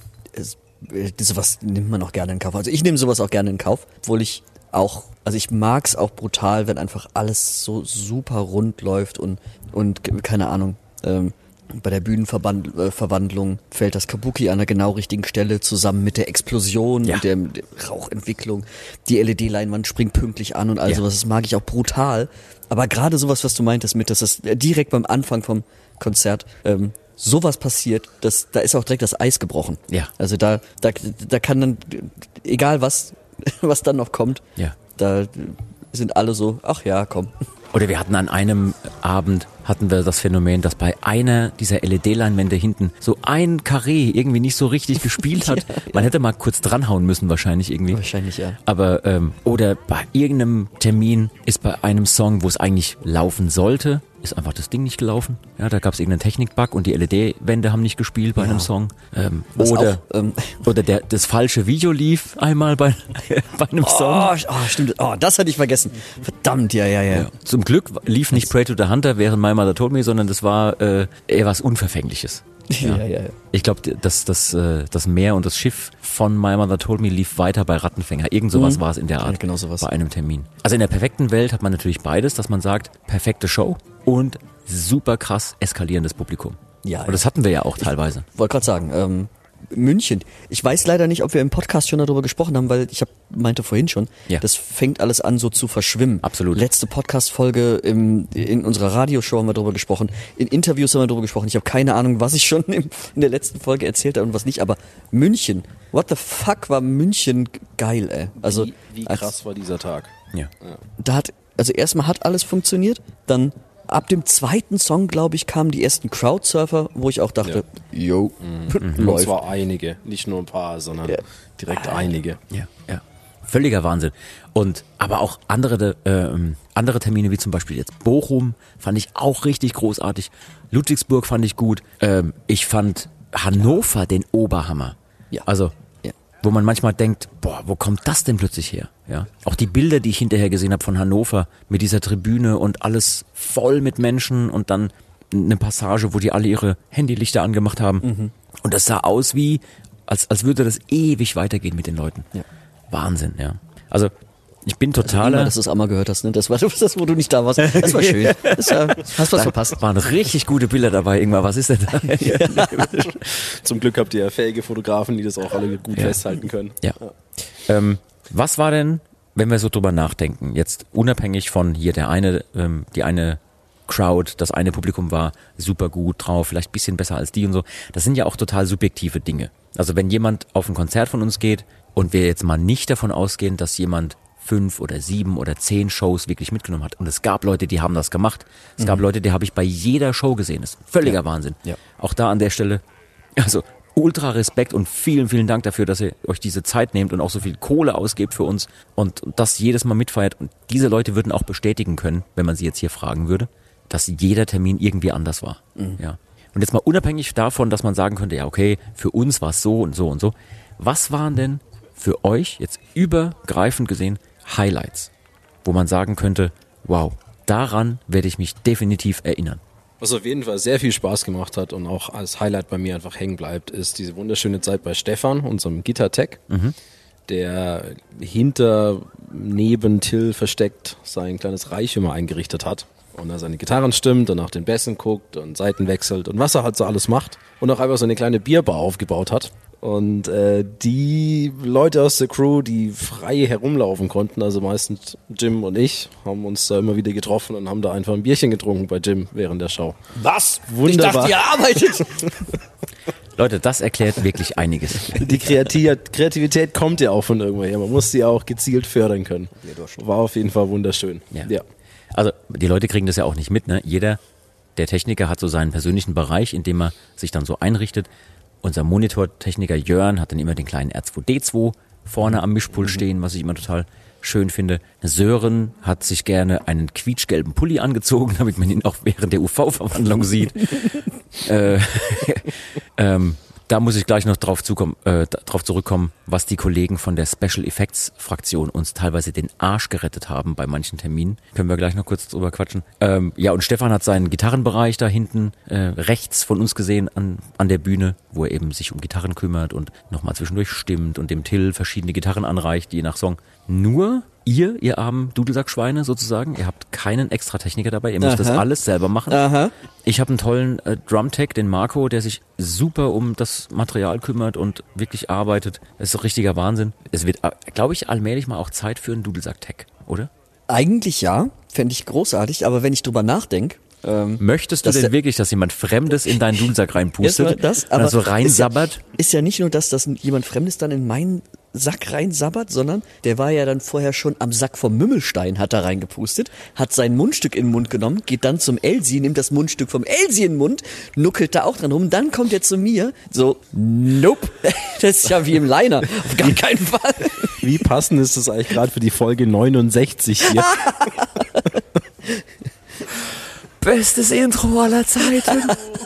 B: Sowas nimmt man auch gerne in Kauf. Also ich nehme sowas auch gerne in Kauf, obwohl ich mag's auch brutal, wenn einfach alles so super rund läuft und keine Ahnung, bei der Bühnenverwandlung fällt das Kabuki an der genau richtigen Stelle zusammen mit der Explosion und der Rauchentwicklung. Die LED-Leinwand springt pünktlich an und all sowas. Das mag ich auch brutal. Aber gerade sowas, was du meintest dass das direkt beim Anfang vom Konzert sowas passiert, da ist auch direkt das Eis gebrochen.
D: Ja.
B: Also da kann dann, egal was dann noch kommt, da sind alle so, ach ja, komm.
D: Oder wir hatten an einem Abend, das Phänomen, dass bei einer dieser LED-Leinwände hinten so ein Karree irgendwie nicht so richtig gespielt hat. Man hätte mal kurz dranhauen müssen wahrscheinlich irgendwie.
B: Wahrscheinlich, ja.
D: Aber, oder bei irgendeinem Termin ist bei einem Song, wo es eigentlich laufen sollte, ist einfach das Ding nicht gelaufen. Ja, da gab es irgendeinen Technikbug und die LED-Wände haben nicht gespielt bei einem Song. Oder das falsche Video lief einmal bei einem Song.
B: Stimmt. Das hatte ich vergessen. Verdammt, ja.
D: Zum Glück lief nicht Pray to the Hunter während My Mother Told Me, sondern das war eher was Unverfängliches. Ja. Ich glaube, das Meer und das Schiff von My Mother Told Me lief weiter bei Rattenfänger. Irgend sowas war es in der Art.
B: Ja, genau sowas.
D: Bei einem Termin. Also in der perfekten Welt hat man natürlich beides, dass man sagt, perfekte Show und super krass eskalierendes Publikum.
B: Ja.
D: Und das hatten wir ja auch teilweise.
B: Wollte gerade sagen, München. Ich weiß leider nicht, ob wir im Podcast schon darüber gesprochen haben, weil meinte vorhin schon, das fängt alles an so zu verschwimmen.
D: Absolut.
B: Letzte Podcast-Folge in unserer Radioshow haben wir darüber gesprochen, in Interviews haben wir darüber gesprochen. Ich habe keine Ahnung, was ich schon in der letzten Folge erzählt habe und was nicht, aber München, what the fuck war München geil, ey. Also
C: wie krass war dieser Tag?
D: Ja.
B: Erstmal hat alles funktioniert, dann ab dem zweiten Song, glaube ich, kamen die ersten Crowdsurfer, wo ich auch dachte,
C: Und zwar einige, nicht nur ein paar, sondern direkt einige.
D: Ja. Völliger Wahnsinn. Und aber auch andere Termine, wie zum Beispiel jetzt Bochum, fand ich auch richtig großartig. Ludwigsburg fand ich gut. Ich fand Hannover den Oberhammer.
B: Ja.
D: Also, wo man manchmal denkt, boah, wo kommt das denn plötzlich her? Ja. Auch die Bilder, die ich hinterher gesehen habe von Hannover mit dieser Tribüne und alles voll mit Menschen und dann eine Passage, wo die alle ihre Handylichter angemacht haben. Und das sah aus wie, als würde das ewig weitergehen mit den Leuten.
B: Ja.
D: Wahnsinn, ja. Also, ich bin totaler...
B: dass du es einmal gehört hast, ne? Das war das, wo du nicht da warst. Das war schön. Hast was verpasst.
D: Waren richtig gute Bilder dabei, Ingmar. Was ist denn da?
C: Zum Glück habt ihr ja fähige Fotografen, die das auch alle gut festhalten können.
D: Ja. Was war denn, wenn wir so drüber nachdenken, jetzt unabhängig von hier die eine Crowd, das eine Publikum war super gut drauf, vielleicht ein bisschen besser als die und so. Das sind ja auch total subjektive Dinge. Also wenn jemand auf ein Konzert von uns geht und wir jetzt mal nicht davon ausgehen, dass jemand 5 oder 7 oder 10 Shows wirklich mitgenommen hat. Und es gab Leute, die haben das gemacht. Es gab Leute, die habe ich bei jeder Show gesehen. Das ist völliger Wahnsinn.
B: Ja.
D: Auch da an der Stelle, also ultra Respekt und vielen, vielen Dank dafür, dass ihr euch diese Zeit nehmt und auch so viel Kohle ausgebt für uns und das jedes Mal mitfeiert. Und diese Leute würden auch bestätigen können, wenn man sie jetzt hier fragen würde, dass jeder Termin irgendwie anders war. Ja. Und jetzt mal unabhängig davon, dass man sagen könnte, ja okay, für uns war es so und so und so. Was waren denn für euch jetzt übergreifend gesehen Highlights, wo man sagen könnte, wow, daran werde ich mich definitiv erinnern?
C: Was auf jeden Fall sehr viel Spaß gemacht hat und auch als Highlight bei mir einfach hängen bleibt, ist diese wunderschöne Zeit bei Stefan, unserem Gitarre-Tech, der neben Till versteckt sein kleines Reich immer eingerichtet hat. Und er seine Gitarren stimmt und nach den Bässen guckt und Seiten wechselt und was er halt so alles macht. Und auch einfach so eine kleine Bierbar aufgebaut hat. Und die Leute aus der Crew, die frei herumlaufen konnten, also meistens Jim und ich, haben uns da immer wieder getroffen und haben da einfach ein Bierchen getrunken bei Jim während der Show.
B: Was?
C: Wunderbar.
B: Ich dachte, ihr arbeitet.
D: Leute, das erklärt wirklich einiges.
C: Die Kreativität kommt ja auch von irgendwoher. Man muss sie auch gezielt fördern können. War auf jeden Fall wunderschön.
D: Ja. Also die Leute kriegen das ja auch nicht mit, ne? Jeder, der Techniker, hat so seinen persönlichen Bereich, in dem er sich dann so einrichtet. Unser Monitortechniker Jörn hat dann immer den kleinen R2D2 vorne am Mischpult stehen, was ich immer total schön finde. Sören hat sich gerne einen quietschgelben Pulli angezogen, damit man ihn auch während der UV-Verwandlung sieht. Da muss ich gleich noch drauf zurückkommen, was die Kollegen von der Special Effects Fraktion uns teilweise den Arsch gerettet haben bei manchen Terminen. Können wir gleich noch kurz drüber quatschen. Ja, und Stefan hat seinen Gitarrenbereich da hinten rechts von uns gesehen an der Bühne, wo er eben sich um Gitarren kümmert und nochmal zwischendurch stimmt und dem Till verschiedene Gitarren anreicht, je nach Song. Nur ihr armen Dudelsackschweine sozusagen, ihr habt keinen Extra-Techniker dabei, ihr müsst das alles selber machen. Aha. Ich habe einen tollen Drumtech, den Marco, der sich super um das Material kümmert und wirklich arbeitet. Das ist doch richtiger Wahnsinn. Es wird, glaube ich, allmählich mal auch Zeit für einen Dudelsack-Tech, oder?
B: Eigentlich ja, fände ich großartig, aber wenn ich drüber nachdenke,
D: möchtest du denn wirklich, dass jemand Fremdes in deinen Dudelsack reinpustet?
B: Das, aber
D: so reinsabbert?
B: Ist ja nicht nur, dass das jemand Fremdes dann in meinen Sack reinsabbert, sondern der war ja dann vorher schon am Sack vom Mümmelstein, hat da reingepustet, hat sein Mundstück in den Mund genommen, geht dann zum Elsi, nimmt das Mundstück vom Elsi in den Mund, nuckelt da auch dran rum, dann kommt er zu mir, so, nope, das ist ja wie im Liner, auf gar keinen Fall.
C: Wie passend ist das eigentlich gerade für die Folge 69 hier?
D: Bestes Intro aller Zeiten.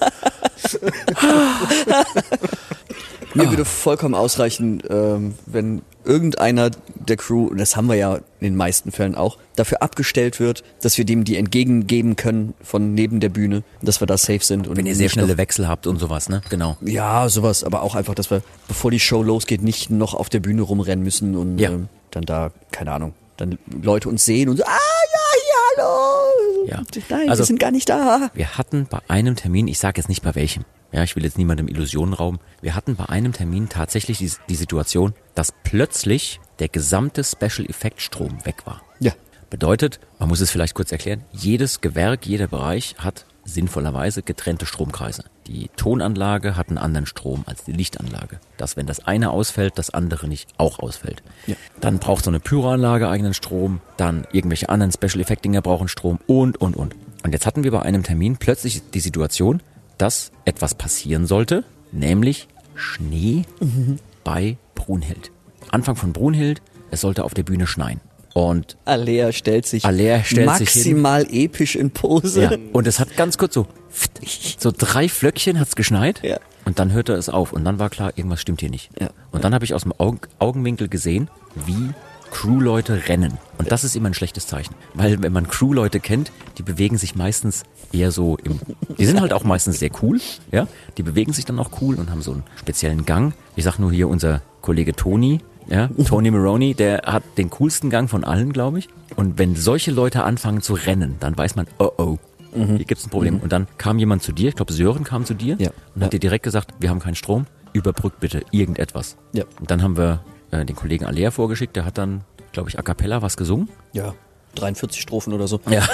B: Mir würde vollkommen ausreichen, wenn irgendeiner der Crew, und das haben wir ja in den meisten Fällen auch, dafür abgestellt wird, dass wir dem die entgegengeben können von neben der Bühne, dass wir da safe sind. Und
D: wenn ihr sehr schnelle Wechsel habt und sowas, ne? Genau.
B: Ja, sowas, aber auch einfach, dass wir, bevor die Show losgeht, nicht noch auf der Bühne rumrennen müssen und dann da, keine Ahnung, dann Leute uns sehen und so, hallo.
D: Ja.
B: Nein, wir sind gar nicht da.
D: Wir hatten bei einem Termin, ich sage jetzt nicht bei welchem, ja, ich will jetzt niemandem Illusionen rauben, wir hatten bei einem Termin tatsächlich die Situation, dass plötzlich der gesamte Special Effect Strom weg war.
B: Ja.
D: Bedeutet, man muss es vielleicht kurz erklären, jedes Gewerk, jeder Bereich hat sinnvollerweise getrennte Stromkreise. Die Tonanlage hat einen anderen Strom als die Lichtanlage. Dass, wenn das eine ausfällt, das andere nicht auch ausfällt. Ja. Dann braucht so eine Pyroanlage eigenen Strom, dann irgendwelche anderen Special-Effect-Dinger brauchen Strom und. Und jetzt hatten wir bei einem Termin plötzlich die Situation, dass etwas passieren sollte, nämlich Schnee bei Brunhild. Anfang von Brunhild, es sollte auf der Bühne schneien. Und
B: Alea stellt sich maximal episch in Pose.
D: Ja. Und es hat ganz kurz so 3 Flöckchen hat's geschneit. Ja. Und dann hörte es auf. Und dann war klar, irgendwas stimmt hier nicht. Ja. Und dann habe ich aus dem Augenwinkel gesehen, wie Crewleute rennen. Und das ist immer ein schlechtes Zeichen. Weil wenn man Crewleute kennt, die bewegen sich meistens eher so die sind halt auch meistens sehr cool. Ja, die bewegen sich dann auch cool und haben so einen speziellen Gang. Ich sag nur hier unser Kollege Tony. Ja, Tony Maroney, der hat den coolsten Gang von allen, glaube ich. Und wenn solche Leute anfangen zu rennen, dann weiß man, hier gibt's ein Problem. Und dann kam jemand zu dir, ich glaube Sören kam zu dir und hat dir direkt gesagt, wir haben keinen Strom, überbrückt bitte irgendetwas. Ja. Und dann haben wir den Kollegen Alea vorgeschickt, der hat dann, glaube ich, a cappella was gesungen.
B: Ja, 43 Strophen oder so.
D: Ja.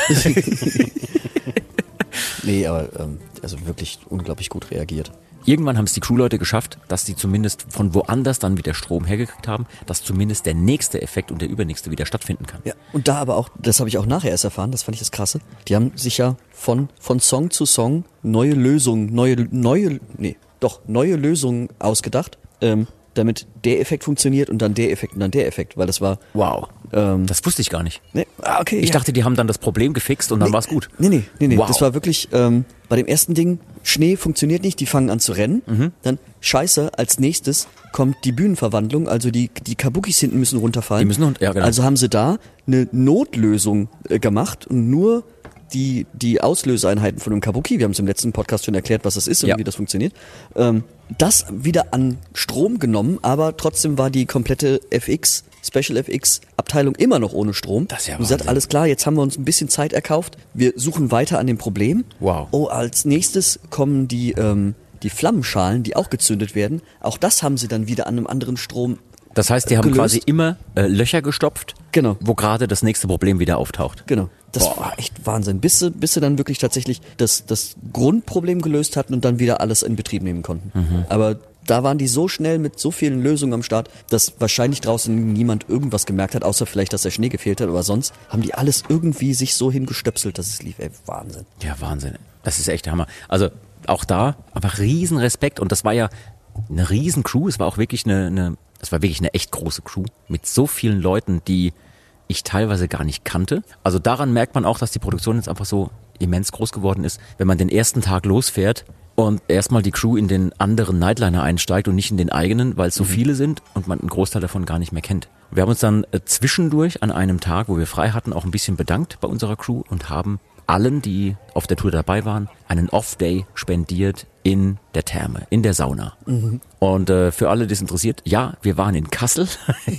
B: Nee, aber also wirklich unglaublich gut reagiert.
D: Irgendwann haben es die Crewleute geschafft, dass sie zumindest von woanders dann wieder Strom hergekriegt haben, dass zumindest der nächste Effekt und der übernächste wieder stattfinden kann.
B: Ja, und da aber auch, das habe ich auch nachher erst erfahren, das fand ich das Krasse, die haben sich ja von Song zu Song neue Lösungen ausgedacht, damit der Effekt funktioniert und dann der Effekt und dann der Effekt, weil das war...
D: Wow, das wusste ich gar nicht.
B: Nee, okay.
D: Ich dachte, die haben dann das Problem gefixt und dann war's gut.
B: Nee. Wow. Das war wirklich, bei dem ersten Ding, Schnee funktioniert nicht, die fangen an zu rennen. Dann, scheiße, als nächstes kommt die Bühnenverwandlung, also die Kabukis hinten müssen runterfallen.
D: Ja, genau.
B: Also haben sie da eine Notlösung gemacht und nur die Auslöseeinheiten von einem Kabuki, wir haben es im letzten Podcast schon erklärt, was das ist und wie das funktioniert, das wieder an Strom genommen, aber trotzdem war die komplette Special FX Abteilung immer noch ohne Strom.
D: Das ist ja
B: und gesagt, alles klar, jetzt haben wir uns ein bisschen Zeit erkauft, wir suchen weiter an dem Problem.
D: Wow.
B: Oh, als nächstes kommen die Flammenschalen, die auch gezündet werden. Auch das haben sie dann wieder an einem anderen Strom
D: Das heißt, die haben
B: gelöst.
D: quasi immer Löcher gestopft,
B: Genau.
D: wo gerade das nächste Problem wieder auftaucht.
B: Genau. Das war echt Wahnsinn, bis sie dann wirklich tatsächlich das Grundproblem gelöst hatten und dann wieder alles in Betrieb nehmen konnten. Aber da waren die so schnell mit so vielen Lösungen am Start, dass wahrscheinlich draußen niemand irgendwas gemerkt hat, außer vielleicht, dass der Schnee gefehlt hat, aber sonst haben die alles irgendwie sich so hingestöpselt, dass es lief. Ey, Wahnsinn.
D: Ja, Wahnsinn. Das ist echt der Hammer. Also auch da, aber riesen Respekt und das war ja eine riesen Crew. Es war auch wirklich eine echt große Crew mit so vielen Leuten, die ich teilweise gar nicht kannte. Also daran merkt man auch, dass die Produktion jetzt einfach so immens groß geworden ist, wenn man den ersten Tag losfährt und erstmal die Crew in den anderen Nightliner einsteigt und nicht in den eigenen, weil es so viele sind und man einen Großteil davon gar nicht mehr kennt. Wir haben uns dann zwischendurch an einem Tag, wo wir frei hatten, auch ein bisschen bedankt bei unserer Crew und haben allen, die auf der Tour dabei waren, einen Off-Day spendiert in der Therme, in der Sauna. Und für alle, die es interessiert, ja, wir waren in Kassel,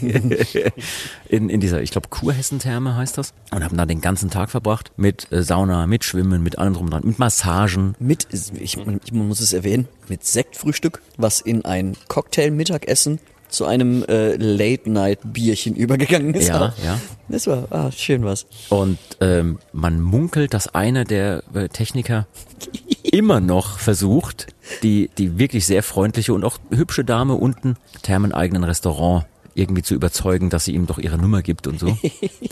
D: in dieser, ich glaube, Kurhessen-Therme heißt das, und haben da den ganzen Tag verbracht mit Sauna, mit Schwimmen, mit allem drum und dran, mit Massagen.
B: Ich muss es erwähnen, mit Sektfrühstück, was in ein Cocktail-Mittagessen zu einem Late-Night-Bierchen übergegangen ist.
D: Ja, ja.
B: Das war schön was.
D: Und man munkelt, dass einer der Techniker immer noch versucht, die wirklich sehr freundliche und auch hübsche Dame unten, thermeneigenen Restaurant, irgendwie zu überzeugen, dass sie ihm doch ihre Nummer gibt und so.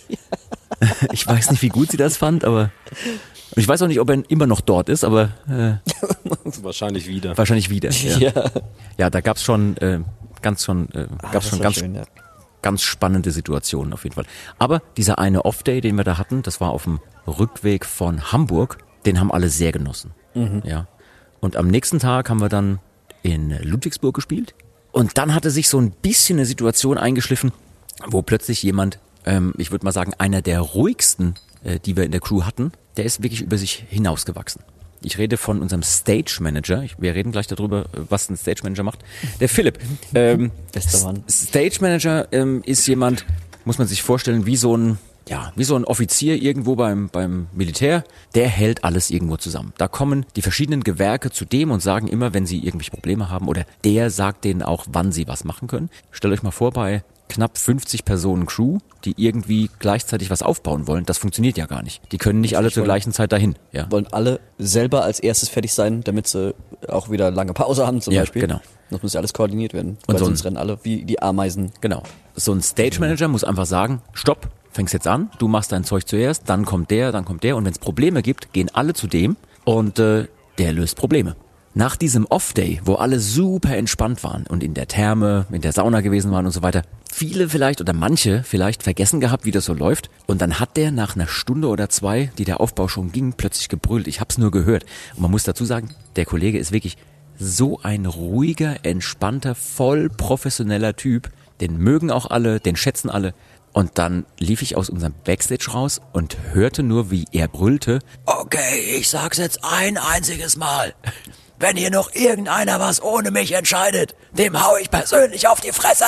D: Ich weiß nicht, wie gut sie das fand, aber ich weiß auch nicht, ob er immer noch dort ist, aber
C: Wahrscheinlich wieder.
D: wahrscheinlich wieder. Ja, ja, da gab's schon ganz
B: schön, ja.
D: ganz spannende Situationen auf jeden Fall. Aber dieser eine Off-Day, den wir da hatten, das war auf dem Rückweg von Hamburg, den haben alle sehr genossen. Ja. Und am nächsten Tag haben wir dann in Ludwigsburg gespielt. Und dann hatte sich so ein bisschen eine Situation eingeschliffen, wo plötzlich jemand, ich würde mal sagen, einer der ruhigsten, die wir in der Crew hatten, der ist wirklich über sich hinausgewachsen. Ich rede von unserem Stage Manager. Wir reden gleich darüber, was ein Stage Manager macht. Der Philipp.
B: Bester Mann.
D: Stage Manager ist jemand, muss man sich vorstellen, wie so ein Offizier irgendwo beim Militär. Der hält alles irgendwo zusammen. Da kommen die verschiedenen Gewerke zu dem und sagen immer, wenn sie irgendwelche Probleme haben, oder der sagt denen auch, wann sie was machen können. Stellt euch mal vor, bei knapp 50 Personen Crew, die irgendwie gleichzeitig was aufbauen wollen, das funktioniert ja gar nicht. Die können nicht alle zur gleichen Zeit dahin. Ja.
B: Wollen alle selber als erstes fertig sein, damit sie auch wieder lange Pause haben zum Beispiel.
D: Genau.
B: Das muss ja alles koordiniert werden,
D: Und
B: weil
D: so
B: sonst rennen alle wie die Ameisen.
D: Genau. So ein Stage Manager muss einfach sagen, stopp, fängst jetzt an, du machst dein Zeug zuerst, dann kommt der und wenn es Probleme gibt, gehen alle zu dem und der löst Probleme. Nach diesem Off-Day, wo alle super entspannt waren und in der Therme, in der Sauna gewesen waren und so weiter, viele vielleicht oder manche vielleicht vergessen gehabt, wie das so läuft. Und dann hat der nach einer Stunde oder zwei, die der Aufbau schon ging, plötzlich gebrüllt. Ich hab's nur gehört. Und man muss dazu sagen, der Kollege ist wirklich so ein ruhiger, entspannter, voll professioneller Typ. Den mögen auch alle, den schätzen alle. Und dann lief ich aus unserem Backstage raus und hörte nur, wie er brüllte, okay, ich sag's jetzt ein einziges Mal. Wenn hier noch irgendeiner was ohne mich entscheidet, dem hau ich persönlich auf die Fresse.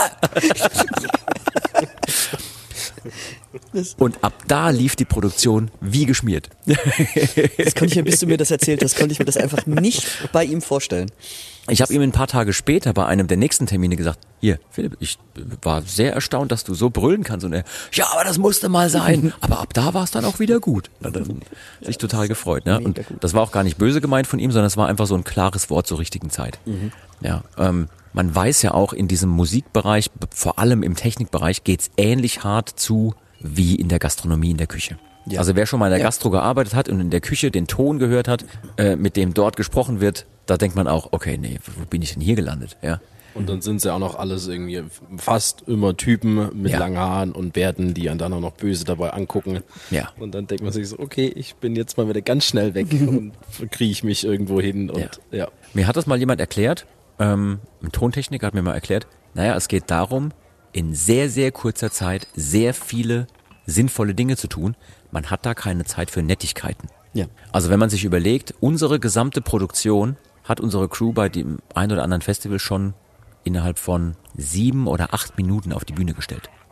D: Und ab da lief die Produktion wie geschmiert.
B: Das konnte ich mir, bis du mir das erzählt hast, konnte ich mir das einfach nicht bei ihm vorstellen.
D: Ich habe ihm ein paar Tage später bei einem der nächsten Termine gesagt, hier, Philipp, ich war sehr erstaunt, dass du so brüllen kannst. Und er, ja, aber das musste mal sein. Aber ab da war es dann auch wieder gut. Hat er sich total gefreut. Ne? Und das war auch gar nicht böse gemeint von ihm, sondern es war einfach so ein klares Wort zur richtigen Zeit. Ja, man weiß ja auch in diesem Musikbereich, vor allem im Technikbereich, geht's ähnlich hart zu wie in der Gastronomie, in der Küche. Ja. Also wer schon mal in der Gastro gearbeitet hat und in der Küche den Ton gehört hat, mit dem dort gesprochen wird, da denkt man auch, okay, nee, wo bin ich denn hier gelandet? Ja.
C: Und dann sind sie auch noch alles irgendwie fast immer Typen mit langen Haaren und Bärten, die einen dann auch noch böse dabei angucken.
D: Ja.
C: Und dann denkt man sich so, okay, ich bin jetzt mal wieder ganz schnell weg und kriege ich mich irgendwo hin. Und
D: Mir hat das mal jemand erklärt, ein Tontechniker hat mir mal erklärt, naja, es geht darum, in sehr, sehr kurzer Zeit sehr viele sinnvolle Dinge zu tun. Man hat da keine Zeit für Nettigkeiten.
B: Ja.
D: Also wenn man sich überlegt, unsere gesamte Produktion hat unsere Crew bei dem ein oder anderen Festival schon innerhalb von 7 oder 8 Minuten auf die Bühne gestellt.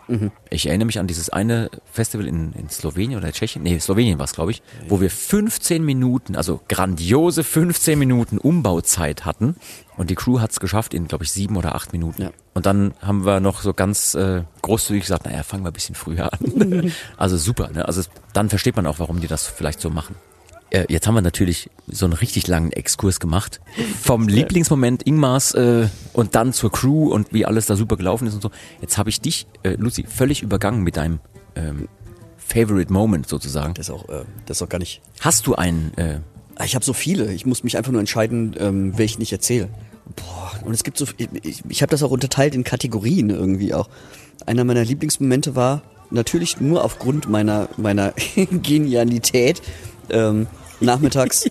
D: Ich erinnere mich an dieses eine Festival in Slowenien oder Tschechien, Slowenien war es, glaube ich, wo wir 15 Minuten, also grandiose 15 Minuten Umbauzeit hatten und die Crew hat es geschafft in, glaube ich, 7 oder 8 Minuten. Ja. Und dann haben wir noch so ganz großzügig gesagt, naja, fangen wir ein bisschen früher an. Also super, ne? Also dann versteht man auch, warum die das vielleicht so machen. Jetzt haben wir natürlich so einen richtig langen Exkurs gemacht. Vom Lieblingsmoment Ingmars und dann zur Crew und wie alles da super gelaufen ist und so. Jetzt habe ich dich, Luzi, völlig übergangen mit deinem Favorite Moment sozusagen.
B: Das ist auch gar nicht...
D: Hast du einen...
B: Ich habe so viele. Ich muss mich einfach nur entscheiden, welchen ich erzähle. Boah, und es gibt so... Ich habe das auch unterteilt in Kategorien irgendwie auch. Einer meiner Lieblingsmomente war natürlich nur aufgrund meiner Genialität... nachmittags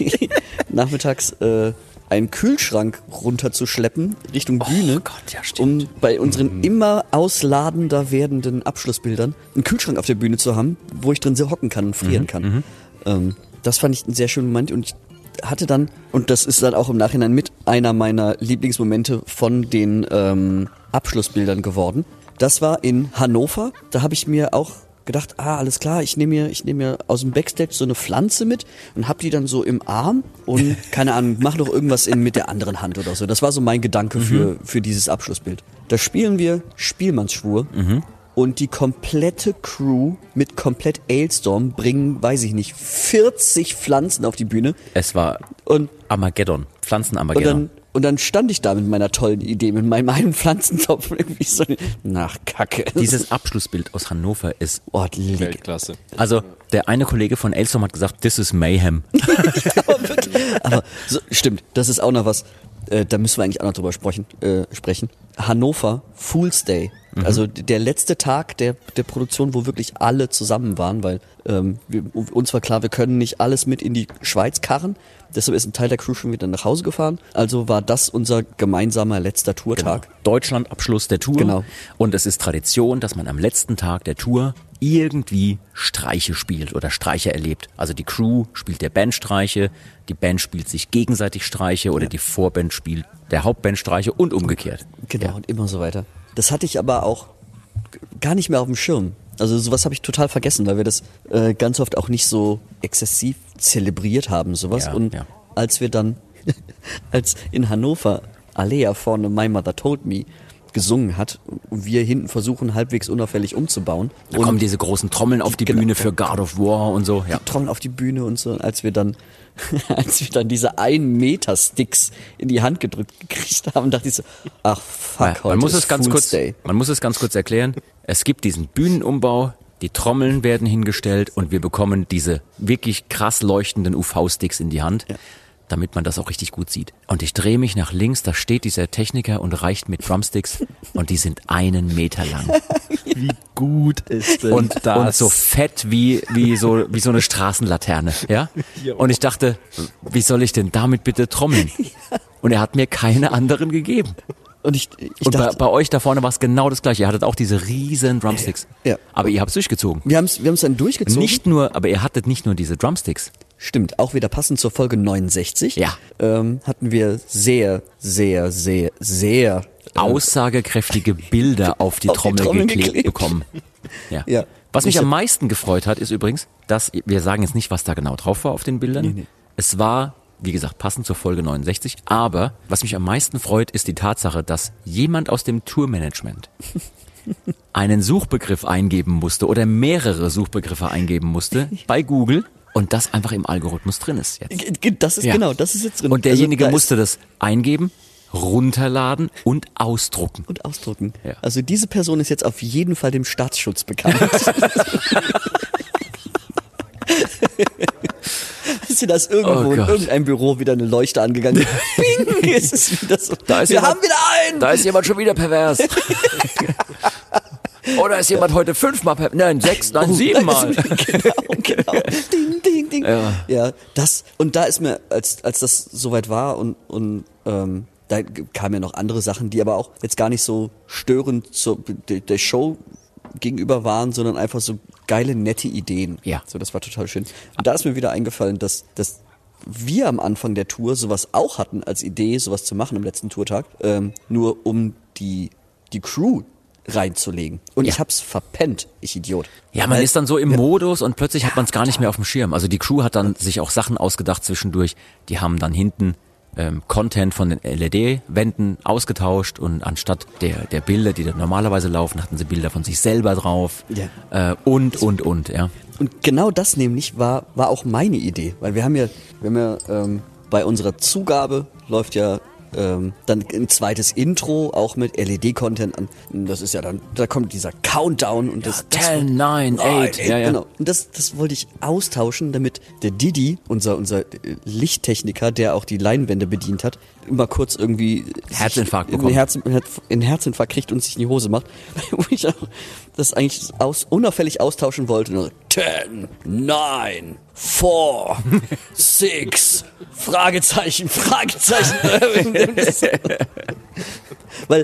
B: einen Kühlschrank runterzuschleppen Richtung Bühne,
D: Gott, ja, stimmt.
B: um bei unseren immer ausladender werdenden Abschlussbildern einen Kühlschrank auf der Bühne zu haben, wo ich drin so hocken kann und frieren kann. Das fand ich einen sehr schönen Moment und ich hatte dann, und das ist dann auch im Nachhinein mit einer meiner Lieblingsmomente von den Abschlussbildern geworden. Das war in Hannover, da habe ich mir auch gedacht, alles klar, ich nehme mir aus dem Backstage so eine Pflanze mit und hab die dann so im Arm und, keine Ahnung, mach doch irgendwas mit der anderen Hand oder so. Das war so mein Gedanke für dieses Abschlussbild. Da spielen wir Spielmannsschwur und die komplette Crew mit komplett Ailstorm bringen, weiß ich nicht, 40 Pflanzen auf die Bühne.
D: Es war
B: und
D: Armageddon, Pflanzen-Armageddon.
B: Und dann stand ich da mit meiner tollen Idee, mit meinem einen Pflanzentopf irgendwie so, Kacke.
D: Dieses Abschlussbild aus Hannover ist
C: Weltklasse.
D: Also der eine Kollege von Ailstorm hat gesagt, this is mayhem.
B: Aber so, stimmt, das ist auch noch was, da müssen wir eigentlich auch noch drüber sprechen. Hannover, Fool's Day. Also der letzte Tag der Produktion, wo wirklich alle zusammen waren, weil uns war klar, wir können nicht alles mit in die Schweiz karren. Deshalb ist ein Teil der Crew schon wieder nach Hause gefahren. Also war das unser gemeinsamer letzter Tourtag.
D: Genau. Deutschlandabschluss der Tour.
B: Genau.
D: Und es ist Tradition, dass man am letzten Tag der Tour irgendwie Streiche spielt oder Streiche erlebt. Also die Crew spielt der Band Streiche, die Band spielt sich gegenseitig Streiche oder die Vorband spielt der Hauptband Streiche und umgekehrt.
B: Genau, und immer so weiter. Das hatte ich aber auch gar nicht mehr auf dem Schirm. Also sowas habe ich total vergessen, weil wir das ganz oft auch nicht so exzessiv zelebriert haben, sowas.
D: Ja,
B: und als wir dann, als in Hannover Alea vorne My Mother Told Me gesungen hat und wir hinten versuchen, halbwegs unauffällig umzubauen.
D: Da kommen diese großen Trommeln auf die Bühne für God of War und so. Ja.
B: Die Trommeln auf die Bühne und so. Als wir dann diese 1 Meter Sticks in die Hand gedrückt gekriegt haben, dachte ich so, ach fuck, heute ist Fool's Day.
D: Man muss es ganz kurz erklären. Es gibt diesen Bühnenumbau, die Trommeln werden hingestellt und wir bekommen diese wirklich krass leuchtenden UV-Sticks in die Hand. Ja. Damit man das auch richtig gut sieht. Und ich drehe mich nach links, da steht dieser Techniker und reicht mit Drumsticks und die sind 1 Meter lang.
B: Wie gut ist denn
D: und so fett wie so eine Straßenlaterne, ja? Und ich dachte, wie soll ich denn damit bitte trommeln? Und er hat mir keine anderen gegeben.
B: Und ich
D: und
B: dachte,
D: bei euch da vorne war es genau das gleiche. Ihr hattet auch diese riesen Drumsticks.
B: Ja.
D: Aber ihr habt es durchgezogen.
B: Wir haben's dann durchgezogen.
D: Aber ihr hattet nicht nur diese Drumsticks.
B: Stimmt, auch wieder passend zur Folge 69.
D: Ja.
B: Hatten wir sehr, sehr, sehr, sehr
D: aussagekräftige Bilder auf die Trommel geklebt bekommen. Ja.
B: Ja.
D: Was mich am meisten gefreut hat, ist übrigens, dass, wir sagen jetzt nicht, was da genau drauf war auf den Bildern.
B: Nee.
D: Es war, wie gesagt, passend zur Folge 69. Aber was mich am meisten freut, ist die Tatsache, dass jemand aus dem Tourmanagement einen Suchbegriff eingeben musste oder mehrere Suchbegriffe eingeben musste bei Google und das einfach im Algorithmus drin ist jetzt.
B: Das ist genau, das ist jetzt drin.
D: Und derjenige
B: also,
D: musste das eingeben, runterladen und ausdrucken.
B: Ja. Also diese Person ist jetzt auf jeden Fall dem Staatsschutz bekannt. Ist dir das irgendwo in irgendeinem Büro wieder eine Leuchte angegangen? Bing, ist es wieder so.
D: Haben wieder einen! Da ist jemand schon wieder pervers. Oder ist jemand heute 5-mal pervers? Nein, 6, nein, 7-mal.
B: Genau. Ding, ding, ding. Ja, das, und da ist mir, als das soweit war und da kamen ja noch andere Sachen, die aber auch jetzt gar nicht so störend der Show gegenüber waren, sondern einfach so geile, nette Ideen.
D: Ja.
B: So, das war total schön. Und da ist mir wieder eingefallen, dass wir am Anfang der Tour sowas auch hatten als Idee, sowas zu machen am letzten Tourtag, nur um die Crew reinzulegen. Und ich hab's verpennt, ich Idiot.
D: Ja, man ist dann so im Modus und plötzlich hat man es gar nicht mehr auf dem Schirm. Also die Crew hat dann sich auch Sachen ausgedacht zwischendurch. Die haben dann hinten Content von den LED-Wänden ausgetauscht und anstatt der Bilder, die da normalerweise laufen, hatten sie Bilder von sich selber drauf.
B: Ja.
D: Und, ja.
B: Und genau das nämlich war auch meine Idee. Weil wir haben ja bei unserer Zugabe läuft ja dann ein zweites Intro, auch mit LED-Content an. Und das ist ja dann, da kommt dieser Countdown und das
D: 10, 9, 8. Ja.
B: Genau. Und das wollte ich austauschen, damit der Didi, unser Lichttechniker, der auch die Leinwände bedient hat, immer kurz irgendwie
D: Herzinfarkt bekommt.
B: einen Herzinfarkt kriegt und sich in die Hose macht. Wo ich auch das eigentlich unauffällig austauschen wollte. Nur 10, 9, 4, 6, Fragezeichen. Weil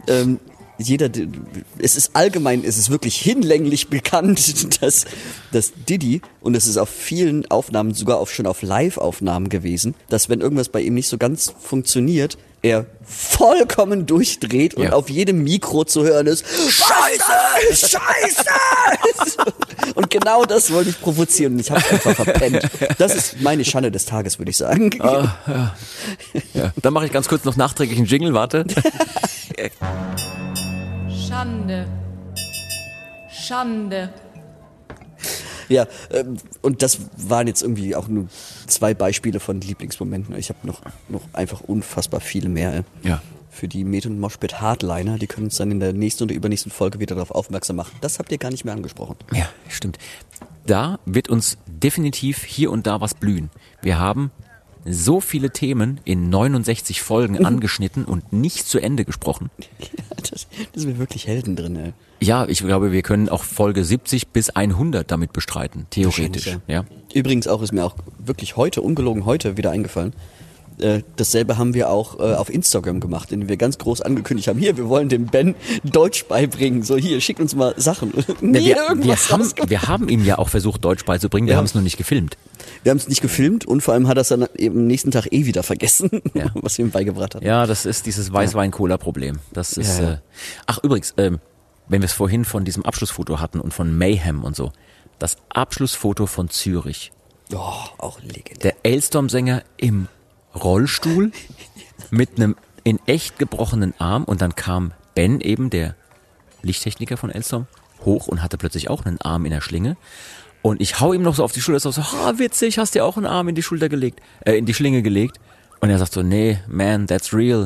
B: es ist wirklich hinlänglich bekannt, dass Didi, und es ist auf vielen Aufnahmen, sogar schon auf Live-Aufnahmen gewesen, dass wenn irgendwas bei ihm nicht so ganz funktioniert, er vollkommen durchdreht und auf jedem Mikro zu hören ist, Scheiße! Und genau das wollte ich provozieren und ich habe einfach verpennt. Das ist meine Schande des Tages, würde ich sagen.
D: Ja. Dann mache ich ganz kurz noch nachträglich einen Jingle, warte.
E: Schande.
B: Ja, und das waren jetzt irgendwie auch nur 2 Beispiele von Lieblingsmomenten. Ich habe noch einfach unfassbar viele mehr.
D: Ja.
B: Für die Met und Moshpit Hardliner, die können uns dann in der nächsten oder übernächsten Folge wieder darauf aufmerksam machen. Das habt ihr gar nicht mehr angesprochen.
D: Ja, stimmt. Da wird uns definitiv hier und da was blühen. Wir haben so viele Themen in 69 Folgen angeschnitten und nicht zu Ende gesprochen.
B: Ja, da sind wir wirklich Helden drin, ey.
D: Ja, ich glaube, wir können auch Folge 70 bis 100 damit bestreiten, theoretisch. Ja.
B: Übrigens ist mir auch wirklich ungelogen heute wieder eingefallen. Dasselbe haben wir auch auf Instagram gemacht, indem wir ganz groß angekündigt haben, hier, wir wollen dem Ben Deutsch beibringen, so hier, schickt uns mal Sachen.
D: Wir haben ihm ja auch versucht, Deutsch beizubringen, wir haben es nur nicht gefilmt.
B: Wir haben es nicht gefilmt und vor allem hat er es dann eben am nächsten Tag wieder vergessen, was wir ihm beigebracht haben.
D: Ja, das ist dieses Weißwein-Cola-Problem. Das ist. Ach, übrigens, wenn wir es vorhin von diesem Abschlussfoto hatten und von Mayhem und so, das Abschlussfoto von Zürich.
B: Oh, auch legendär.
D: Der Alestorm-Sänger im Rollstuhl mit einem in echt gebrochenen Arm und dann kam Ben eben, der Lichttechniker von Alestorm, hoch und hatte plötzlich auch einen Arm in der Schlinge. Und ich hau ihm noch so auf die Schulter, so, witzig, hast dir auch einen Arm in die Schulter gelegt, in die Schlinge gelegt. Und er sagt so, nee, man, that's real.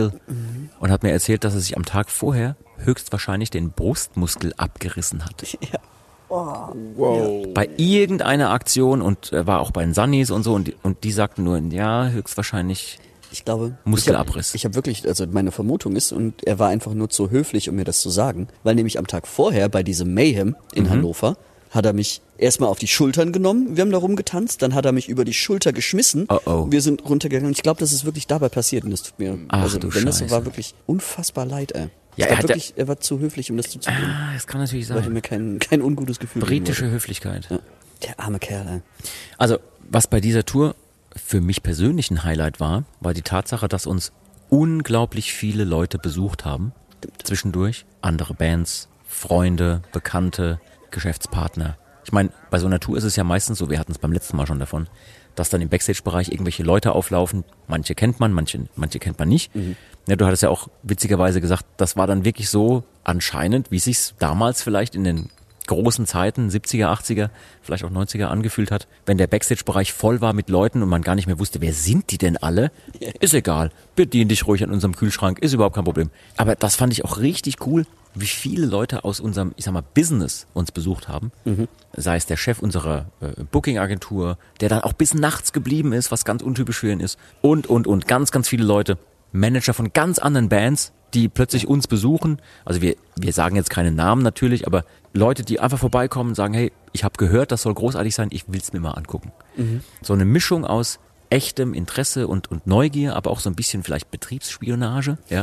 D: Mhm. Und hat mir erzählt, dass er sich am Tag vorher höchstwahrscheinlich den Brustmuskel abgerissen hat. Ja.
B: Oh.
C: Wow.
D: Bei irgendeiner Aktion und er war auch bei den Sunnies und so und die sagten nur, ja, höchstwahrscheinlich
B: ich glaube,
D: Muskelabriss.
B: Ich hab wirklich, also meine Vermutung ist, und er war einfach nur zu höflich, um mir das zu sagen, weil nämlich am Tag vorher bei diesem Mayhem in Hannover hat er mich erstmal auf die Schultern genommen, wir haben da rumgetanzt, dann hat er mich über die Schulter geschmissen, wir sind runtergegangen und ich glaube, das ist wirklich dabei passiert und das tut mir, das war wirklich unfassbar leid, ey.
D: Ja,
B: er war zu höflich, um das zu tun.
D: Das kann natürlich sein.
B: Weil er mir kein ungutes Gefühl
D: Britische Höflichkeit.
B: Ja. Der arme Kerl, ey.
D: Also, was bei dieser Tour für mich persönlich ein Highlight war die Tatsache, dass uns unglaublich viele Leute besucht haben. Zwischendurch. Andere Bands, Freunde, Bekannte, Geschäftspartner. Ich meine, bei so einer Tour ist es ja meistens so, wir hatten es beim letzten Mal schon davon, dass dann im Backstage-Bereich irgendwelche Leute auflaufen. Manche kennt man, manche kennt man nicht. Ja, du hattest ja auch witzigerweise gesagt, das war dann wirklich so anscheinend, wie es sich damals vielleicht in den großen Zeiten, 70er, 80er, vielleicht auch 90er angefühlt hat, wenn der Backstage-Bereich voll war mit Leuten und man gar nicht mehr wusste, wer sind die denn alle? Ist egal, bedien dich ruhig an unserem Kühlschrank, ist überhaupt kein Problem. Aber das fand ich auch richtig cool, wie viele Leute aus unserem, ich sag mal, Business uns besucht haben. Sei es der Chef unserer Booking-Agentur, der dann auch bis nachts geblieben ist, was ganz untypisch für ihn ist. Und. Ganz, ganz viele Leute. Manager von ganz anderen Bands, die plötzlich uns besuchen. Also wir sagen jetzt keine Namen natürlich, aber Leute, die einfach vorbeikommen und sagen, hey, ich habe gehört, das soll großartig sein, ich will's mir mal angucken. So eine Mischung aus echtem Interesse und Neugier, aber auch so ein bisschen vielleicht Betriebsspionage. Ja.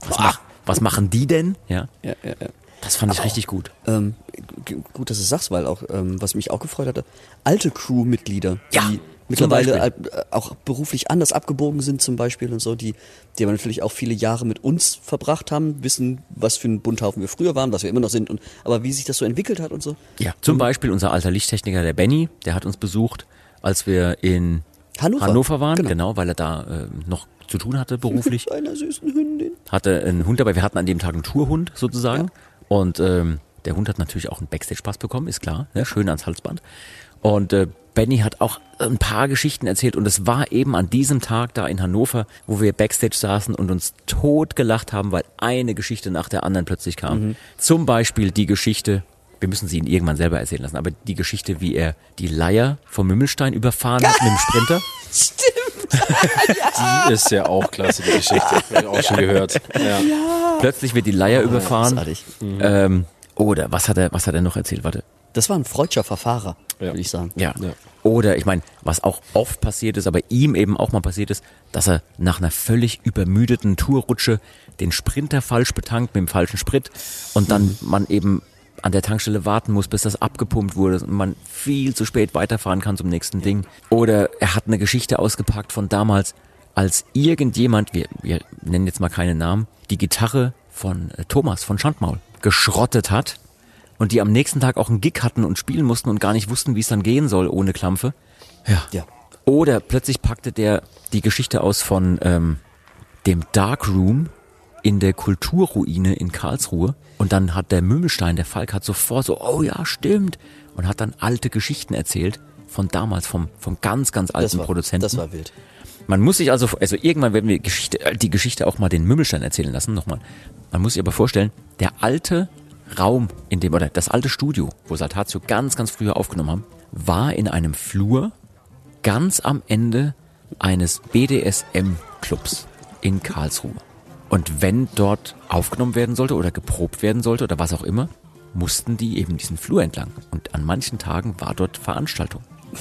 D: Was machen die denn? Ja. Das fand ich richtig gut.
B: Gut, dass du sagst, weil auch, was mich auch gefreut hatte, alte Crewmitglieder, mittlerweile auch beruflich anders abgebogen sind zum Beispiel und so, die aber natürlich auch viele Jahre mit uns verbracht haben, wissen, was für ein Bunthaufen wir früher waren, was wir immer noch sind, aber wie sich das so entwickelt hat und so.
D: Ja, zum Beispiel unser alter Lichttechniker, der Benny, der hat uns besucht, als wir in Hannover waren, genau, weil er da noch zu tun hatte beruflich.
B: Mit einer süßen Hündin.
D: Hatte einen Hund dabei, wir hatten an dem Tag einen Tourhund sozusagen und der Hund hat natürlich auch einen Backstage-Pass bekommen, ist klar, ne? Schön ans Halsband. Und Benny hat auch ein paar Geschichten erzählt und es war eben an diesem Tag da in Hannover, wo wir Backstage saßen und uns tot gelacht haben, weil eine Geschichte nach der anderen plötzlich kam. Zum Beispiel die Geschichte, wir müssen sie ihn irgendwann selber erzählen lassen, aber die Geschichte, wie er die Leier vom Mümmelstein überfahren hat mit dem Sprinter.
B: Stimmt.
C: Die ist ja auch klasse, die Geschichte. Hab ich auch schon gehört. Ja.
D: Plötzlich wird die Leier überfahren.
B: Großartig.
D: Oder was hat er noch erzählt? Warte.
B: Das war ein freudscher Verfahrer, würde ich sagen.
D: Ja. Oder ich meine, was auch oft passiert ist, aber ihm eben auch mal passiert ist, dass er nach einer völlig übermüdeten Tourrutsche den Sprinter falsch betankt mit dem falschen Sprit und dann man eben an der Tankstelle warten muss, bis das abgepumpt wurde und man viel zu spät weiterfahren kann zum nächsten Ding. Oder er hat eine Geschichte ausgepackt von damals, als irgendjemand, wir nennen jetzt mal keine Namen, die Gitarre von Thomas von Schandmaul geschrottet hat und die am nächsten Tag auch einen Gig hatten und spielen mussten und gar nicht wussten, wie es dann gehen soll ohne Klampfe.
B: Ja.
D: Oder plötzlich packte der die Geschichte aus von dem Darkroom in der Kulturruine in Karlsruhe und dann hat der Mümmelstein, der Falk, hat sofort so, oh ja, stimmt, und hat dann alte Geschichten erzählt von damals, vom ganz, ganz alten Produzenten.
B: Das war wild.
D: Man muss sich also irgendwann werden wir die Geschichte auch mal den Mümmelstein erzählen lassen, nochmal. Man muss sich aber vorstellen, der alte Raum oder das alte Studio, wo Saltatio ganz, ganz früher aufgenommen haben, war in einem Flur ganz am Ende eines BDSM-Clubs in Karlsruhe. Und wenn dort aufgenommen werden sollte oder geprobt werden sollte oder was auch immer, mussten die eben diesen Flur entlang. Und an manchen Tagen war dort Veranstaltung.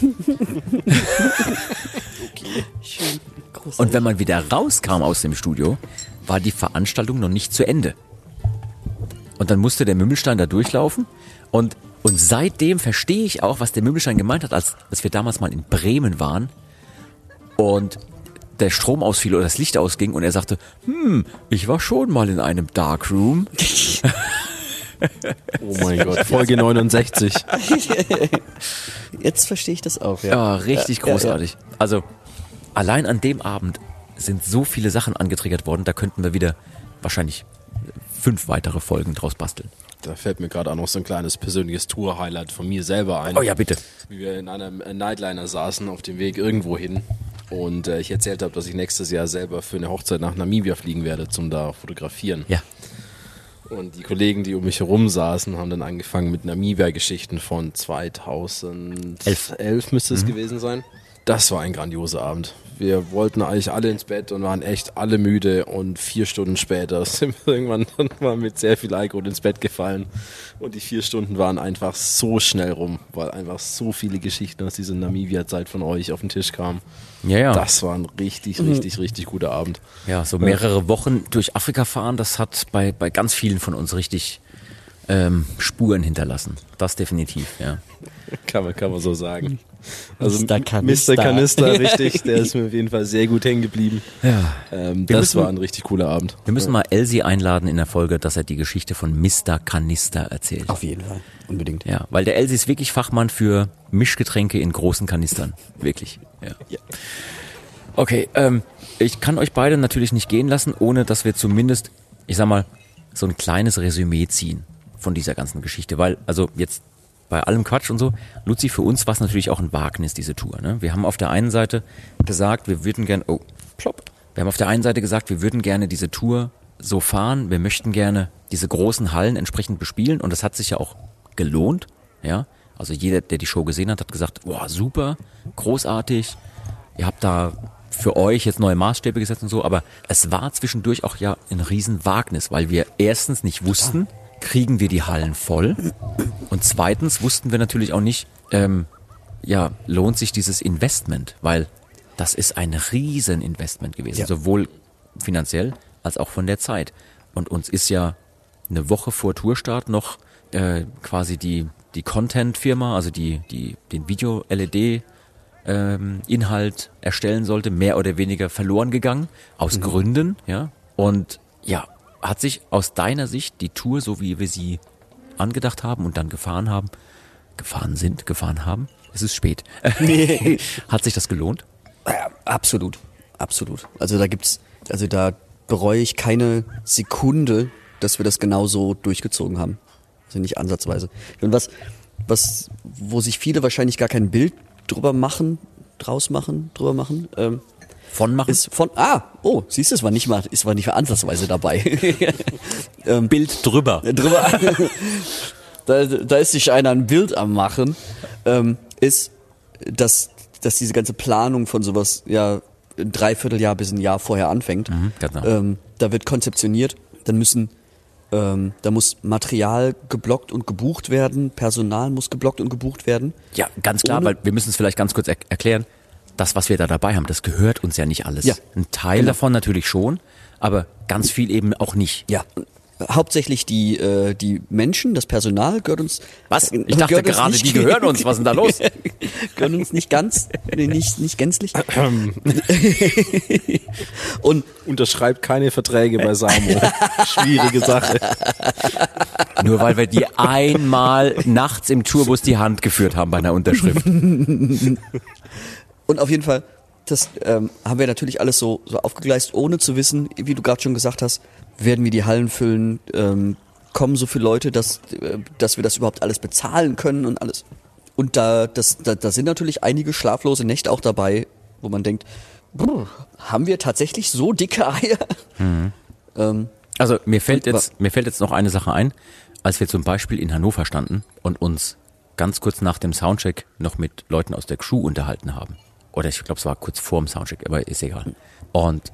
B: Okay. Schön. Großartig.
D: Und wenn man wieder rauskam aus dem Studio, war die Veranstaltung noch nicht zu Ende. Und dann musste der Mümmelstein da durchlaufen. Und seitdem verstehe ich auch, was der Mümmelstein gemeint hat, als wir damals mal in Bremen waren und der Strom ausfiel oder das Licht ausging und er sagte, ich war schon mal in einem Darkroom.
C: Oh mein Gott, Folge 69.
B: Jetzt verstehe ich das auch, ja.
D: Ja, richtig großartig. Also allein an dem Abend sind so viele Sachen angetriggert worden, da könnten wir wieder wahrscheinlich 5 weitere Folgen draus basteln.
C: Da fällt mir gerade auch noch so ein kleines persönliches Tour-Highlight von mir selber ein.
D: Oh ja, bitte.
C: Wie wir in einem Nightliner saßen auf dem Weg irgendwo hin und ich erzählt habe, dass ich nächstes Jahr selber für eine Hochzeit nach Namibia fliegen werde, zum da fotografieren.
D: Ja.
C: Und die Kollegen, die um mich herum saßen, haben dann angefangen mit Namibia-Geschichten von 2011 müsste es gewesen sein. Das war ein grandioser Abend. Wir wollten eigentlich alle ins Bett und waren echt alle müde und 4 Stunden später sind wir irgendwann dann mal mit sehr viel Alkohol ins Bett gefallen und die 4 Stunden waren einfach so schnell rum, weil einfach so viele Geschichten aus dieser Namibia-Zeit von euch auf den Tisch kamen.
D: Ja.
C: Das war ein richtig guter Abend.
D: Ja, so mehrere Wochen durch Afrika fahren, das hat bei ganz vielen von uns richtig Spuren hinterlassen. Das definitiv, ja.
C: Kann man so sagen. Also
B: Mr. Kanister.
C: Mr. Kanister, richtig, der ist mir auf jeden Fall sehr gut hängen geblieben.
D: Ja.
C: Das war ein richtig cooler Abend.
D: Wir müssen mal Elsie einladen in der Folge, dass er die Geschichte von Mr. Kanister erzählt.
B: Auf jeden Fall, unbedingt.
D: Ja, weil der Elsie ist wirklich Fachmann für Mischgetränke in großen Kanistern. Wirklich. Ja. Okay, ich kann euch beide natürlich nicht gehen lassen, ohne dass wir zumindest, ich sag mal, so ein kleines Resümee ziehen von dieser ganzen Geschichte. Weil, also jetzt bei allem Quatsch und so, Luzi, für uns war es natürlich auch ein Wagnis, diese Tour. Ne? Wir haben auf der einen Seite gesagt, wir würden gerne, wir haben auf der einen Seite gesagt, wir würden gerne diese Tour so fahren, wir möchten gerne diese großen Hallen entsprechend bespielen und das hat sich ja auch gelohnt. Ja, also jeder, der die Show gesehen hat, hat gesagt, boah, super, großartig, ihr habt da für euch jetzt neue Maßstäbe gesetzt und so, aber es war zwischendurch auch ja ein Riesenwagnis, weil wir erstens nicht wussten, kriegen wir die Hallen voll und zweitens wussten wir natürlich auch nicht, lohnt sich dieses Investment, weil das ist ein Rieseninvestment gewesen, sowohl finanziell als auch von der Zeit. Und uns ist ja eine Woche vor Tourstart noch quasi die Content-Firma, also den Video-LED Inhalt erstellen sollte, mehr oder weniger verloren gegangen, aus Gründen, ja. Und ja, hat sich aus deiner Sicht die Tour, so wie wir sie angedacht haben und dann gefahren haben, es ist spät. Hat sich das gelohnt?
B: Ja, absolut. Also da bereue ich keine Sekunde, dass wir das genauso durchgezogen haben. Also nicht ansatzweise. Und wo sich viele wahrscheinlich gar kein Bild drüber machen.
D: Von machen?
B: Ist siehst du, es war nicht mal ansatzweise dabei.
D: Bild drüber.
B: Da ist sich einer ein Bild am machen, ist, dass diese ganze Planung von sowas ja ein Dreivierteljahr bis ein Jahr vorher anfängt.
D: Genau.
B: Da wird konzeptioniert, da muss Material geblockt und gebucht werden, Personal muss geblockt und gebucht werden.
D: Ja, ganz klar, weil wir müssen es vielleicht ganz kurz erklären. Das, was wir da dabei haben, das gehört uns ja nicht alles.
B: Ja,
D: ein Teil davon natürlich schon, aber ganz viel eben auch nicht.
B: Ja, hauptsächlich die Menschen, das Personal gehört uns.
D: Was? Ich dachte gerade, die gehören uns. Was ist denn da los?
B: Gehören uns nicht ganz, nicht gänzlich. Und
C: Unterschreibt keine Verträge bei Samo. Schwierige Sache.
D: Nur weil wir die einmal nachts im Tourbus die Hand geführt haben bei einer Unterschrift.
B: Und auf jeden Fall, das haben wir natürlich alles so aufgegleist, ohne zu wissen, wie du gerade schon gesagt hast, werden wir die Hallen füllen, kommen so viele Leute, dass wir das überhaupt alles bezahlen können und alles. Und da sind natürlich einige schlaflose Nächte auch dabei, wo man denkt, haben wir tatsächlich so dicke Eier?
D: Also mir fällt jetzt noch eine Sache ein, als wir zum Beispiel in Hannover standen und uns ganz kurz nach dem Soundcheck noch mit Leuten aus der Crew unterhalten haben. Oder ich glaube, es war kurz vor dem Soundcheck, aber ist egal. Und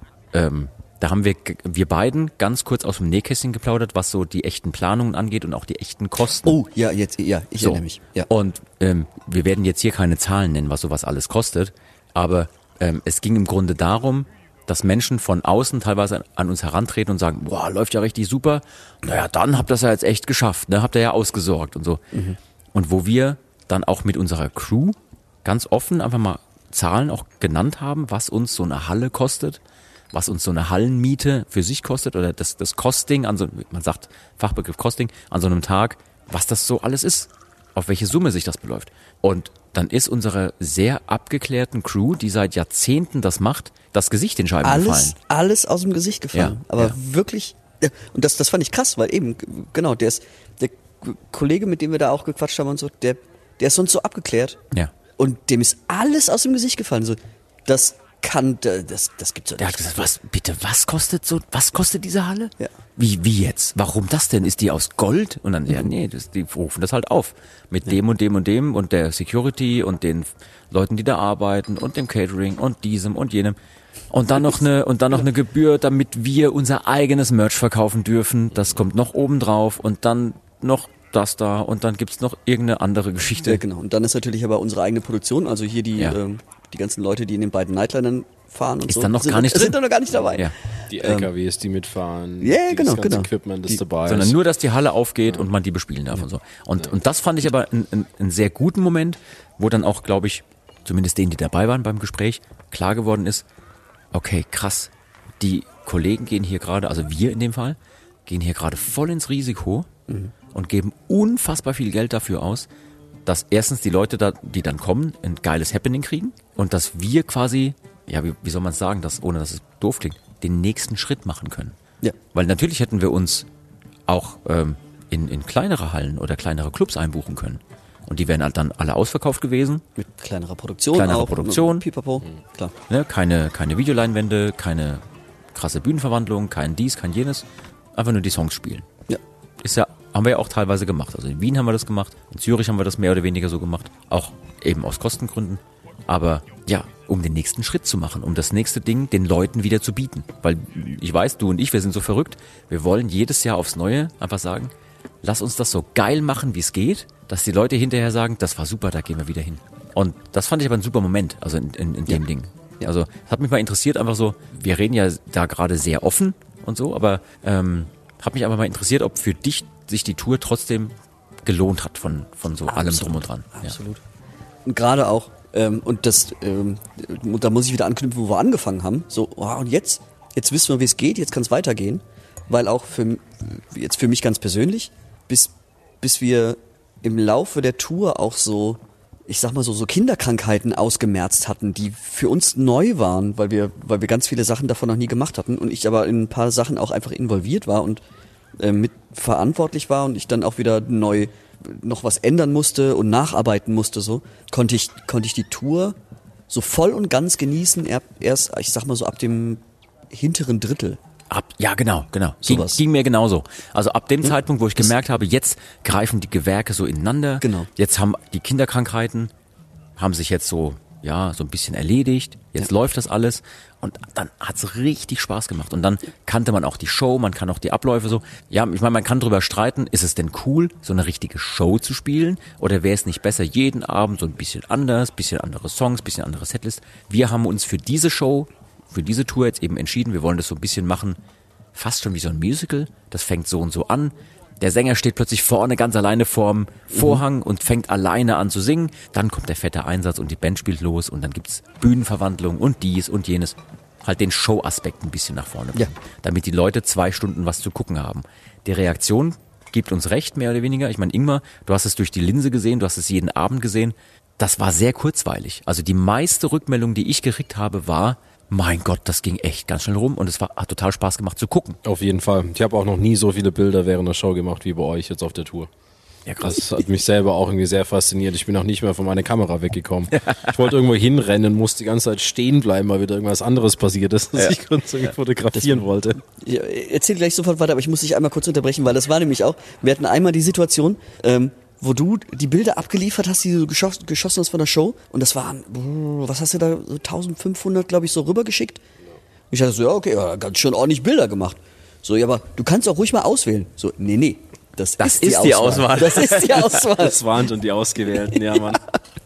D: da haben wir beiden ganz kurz aus dem Nähkästchen geplaudert, was so die echten Planungen angeht und auch die echten Kosten.
B: Oh, ich erinnere mich. Ja.
D: Und wir werden jetzt hier keine Zahlen nennen, was sowas alles kostet, aber es ging im Grunde darum, dass Menschen von außen teilweise an uns herantreten und sagen, boah, läuft ja richtig super, naja, dann habt ihr das ja jetzt echt geschafft, ne? Habt ihr ja ausgesorgt und so. Und wo wir dann auch mit unserer Crew ganz offen einfach mal Zahlen auch genannt haben, was uns so eine Halle kostet, was uns so eine Hallenmiete für sich kostet oder das Costing, man sagt Fachbegriff Costing, an so einem Tag, was das so alles ist, auf welche Summe sich das beläuft. Und dann ist unsere sehr abgeklärten Crew, die seit Jahrzehnten das macht, das Gesicht in Scheiben gefallen.
B: Alles aus dem Gesicht gefallen.
D: Ja,
B: aber
D: ja.
B: Wirklich, und das fand ich krass, weil eben, genau, der Kollege, mit dem wir da auch gequatscht haben und so, der ist sonst so abgeklärt.
D: Ja.
B: Und dem ist alles aus dem Gesicht gefallen. So, das gibt's so
D: Der hat gesagt, was kostet diese Halle?
B: Ja.
D: Wie jetzt? Warum das denn? Ist die aus Gold? Und dann, die rufen das halt auf. Mit dem und dem und dem und der Security und den Leuten, die da arbeiten und dem Catering und diesem und jenem. Und dann noch eine Gebühr, damit wir unser eigenes Merch verkaufen dürfen. Das kommt noch oben drauf und dann noch das da und dann gibt's noch irgendeine andere Geschichte.
B: Ja, genau. Und dann ist natürlich aber unsere eigene Produktion, also hier die ganzen Leute, die in den beiden Nightlinern fahren und
D: ist
B: so.
D: dann noch gar nicht drin.
B: Sind da noch gar nicht dabei.
D: Ja.
C: Die LKWs, die mitfahren,
B: genau,
C: das ganze
B: genau.
C: Equipment ist dabei.
D: Sondern nur, dass die Halle aufgeht und man die bespielen darf und so. Und das fand ich aber einen sehr guten Moment, wo dann auch, glaube ich, zumindest denen, die dabei waren beim Gespräch, klar geworden ist, okay, krass, die Kollegen gehen hier gerade, also wir in dem Fall, gehen hier gerade voll ins Risiko und geben unfassbar viel Geld dafür aus, dass erstens die Leute da, die dann kommen, ein geiles Happening kriegen und dass wir quasi, ja, wie soll man es sagen, ohne dass es doof klingt, den nächsten Schritt machen können.
B: Ja.
D: Weil natürlich hätten wir uns auch in kleinere Hallen oder kleinere Clubs einbuchen können. Und die wären halt dann alle ausverkauft gewesen.
B: Mit kleinerer Produktion. Pipapo, klar.
D: Ne? Keine Videoleinwände, keine krasse Bühnenverwandlung, kein dies, kein jenes. Einfach nur die Songs spielen.
B: Ja.
D: Haben wir ja auch teilweise gemacht. Also in Wien haben wir das gemacht, in Zürich haben wir das mehr oder weniger so gemacht. Auch eben aus Kostengründen. Aber ja, um den nächsten Schritt zu machen, um das nächste Ding den Leuten wieder zu bieten. Weil ich weiß, du und ich, wir sind so verrückt. Wir wollen jedes Jahr aufs Neue einfach sagen, lass uns das so geil machen, wie es geht, dass die Leute hinterher sagen, das war super, da gehen wir wieder hin. Und das fand ich aber ein super Moment, also in dem Ding.
B: Ja.
D: Also hat mich mal interessiert, einfach so, wir reden ja da gerade sehr offen und so, aber hat mich aber mal interessiert, ob für dich sich die Tour trotzdem gelohnt hat von so allem drum und dran.
B: Absolut. Und gerade auch, Und da muss ich wieder anknüpfen, wo wir angefangen haben. So, und jetzt wissen wir, wie es geht, jetzt kann es weitergehen. Weil auch für mich ganz persönlich, bis wir im Laufe der Tour auch so, ich sag mal so Kinderkrankheiten ausgemerzt hatten, die für uns neu waren, weil wir ganz viele Sachen davon noch nie gemacht hatten und ich aber in ein paar Sachen auch einfach involviert war und mit verantwortlich war und ich dann auch wieder neu noch was ändern musste und nacharbeiten musste, so konnte ich die Tour so voll und ganz genießen, erst, ich sag mal so ab dem hinteren Drittel.
D: Ja, genau.
B: Sowas.
D: Ging mir genauso. Also ab dem Zeitpunkt, wo ich gemerkt habe, jetzt greifen die Gewerke so ineinander.
B: Genau.
D: Jetzt haben die Kinderkrankheiten, haben sich jetzt so ein bisschen erledigt. Jetzt läuft das alles. Und dann hat's richtig Spaß gemacht. Und dann kannte man auch die Show, man kann auch die Abläufe so. Ja, ich meine, man kann drüber streiten, ist es denn cool, so eine richtige Show zu spielen? Oder wäre es nicht besser, jeden Abend so ein bisschen anders, bisschen andere Songs, bisschen andere Setlist? Wir haben uns für diese Show, für diese Tour jetzt eben entschieden, wir wollen das so ein bisschen machen, fast schon wie so ein Musical. Das fängt so und so an. Der Sänger steht plötzlich vorne ganz alleine vorm Vorhang und fängt alleine an zu singen. Dann kommt der fette Einsatz und die Band spielt los und dann gibt's Bühnenverwandlung und dies und jenes. Halt den Show-Aspekt ein bisschen nach vorne bringen, damit die Leute 2 Stunden was zu gucken haben. Die Reaktion gibt uns recht, mehr oder weniger. Ich meine, Ingmar, du hast es durch die Linse gesehen, du hast es jeden Abend gesehen. Das war sehr kurzweilig. Also die meiste Rückmeldung, die ich gekriegt habe, war, mein Gott, das ging echt ganz schnell rum und hat total Spaß gemacht zu gucken.
C: Auf jeden Fall. Ich habe auch noch nie so viele Bilder während der Show gemacht wie bei euch jetzt auf der Tour.
D: Ja, krass.
C: Das hat mich selber auch irgendwie sehr fasziniert. Ich bin auch nicht mehr von meiner Kamera weggekommen. Ich wollte irgendwo hinrennen, musste die ganze Zeit stehen bleiben, weil wieder irgendwas anderes passiert ist, dass ich kurz fotografieren wollte.
B: Ich erzähl gleich sofort weiter, aber ich muss dich einmal kurz unterbrechen, weil das war nämlich auch, wir hatten einmal die Situation, wo du die Bilder abgeliefert hast, die du geschossen hast von der Show und das waren, was hast du da, so 1500, glaube ich, so rübergeschickt? Ich dachte so, ja, okay, ganz schön ordentlich Bilder gemacht. So, ja, aber du kannst auch ruhig mal auswählen. So, nee, das ist die Auswahl. Das ist die Auswahl.
C: Das waren schon die Ausgewählten, ja, Mann.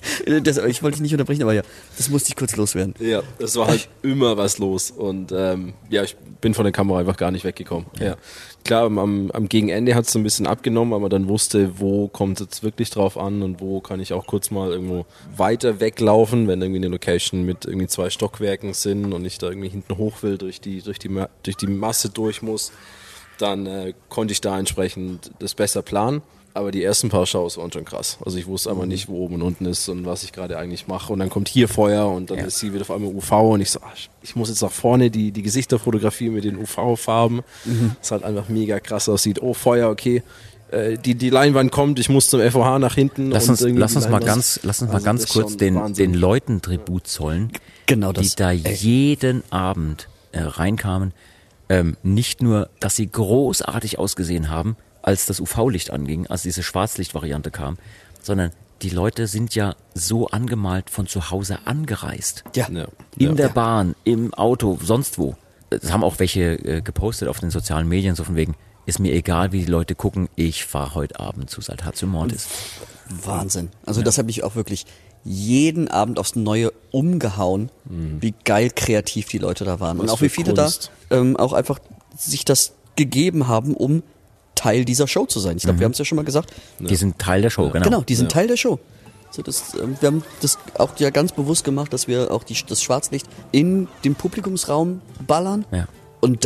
B: Ich wollte dich nicht unterbrechen, aber ja, das musste ich kurz loswerden.
C: Ja, es war halt immer was los und ich bin von der Kamera einfach gar nicht weggekommen. Ja. Klar, am Gegenende hat es so ein bisschen abgenommen, aber dann wusste, wo kommt es jetzt wirklich drauf an und wo kann ich auch kurz mal irgendwo weiter weglaufen, wenn irgendwie eine Location mit irgendwie 2 Stockwerken sind und ich da irgendwie hinten hoch will, durch die Masse durch muss, dann konnte ich da entsprechend das besser planen. Aber die ersten paar Shows waren schon krass. Also ich wusste einfach nicht, wo oben und unten ist und was ich gerade eigentlich mache. Und dann kommt hier Feuer und dann ist sie wieder auf einmal UV und ich so, ich muss jetzt nach vorne die Gesichter fotografieren mit den UV-Farben. Das halt einfach mega krass aussieht. Oh, Feuer, okay. Die Leinwand kommt, ich muss zum FOH nach hinten.
D: Lass uns mal ganz kurz den Leuten Tribut zollen,
B: genau das,
D: die da jeden Abend reinkamen. Nicht nur, dass sie großartig ausgesehen haben, als das UV-Licht anging, als diese Schwarzlicht-Variante kam, sondern die Leute sind ja so angemalt von zu Hause angereist.
B: Ja.
D: In der Bahn, im Auto, sonst wo. Das haben auch welche gepostet auf den sozialen Medien, so von wegen, ist mir egal, wie die Leute gucken, ich fahre heute Abend zu Saltatio Mortis.
B: Wahnsinn. Also das hat mich auch wirklich jeden Abend aufs Neue umgehauen, wie geil kreativ die Leute da waren. Und auch wie viele Kunst. Da auch einfach sich das gegeben haben, um Teil dieser Show zu sein. Ich glaube, wir haben es ja schon mal gesagt.
D: Die sind Teil der Show, genau.
B: Genau, die sind Teil der Show. So, wir haben das auch ja ganz bewusst gemacht, dass wir auch das Schwarzlicht in den Publikumsraum ballern.
D: Ja.
B: Und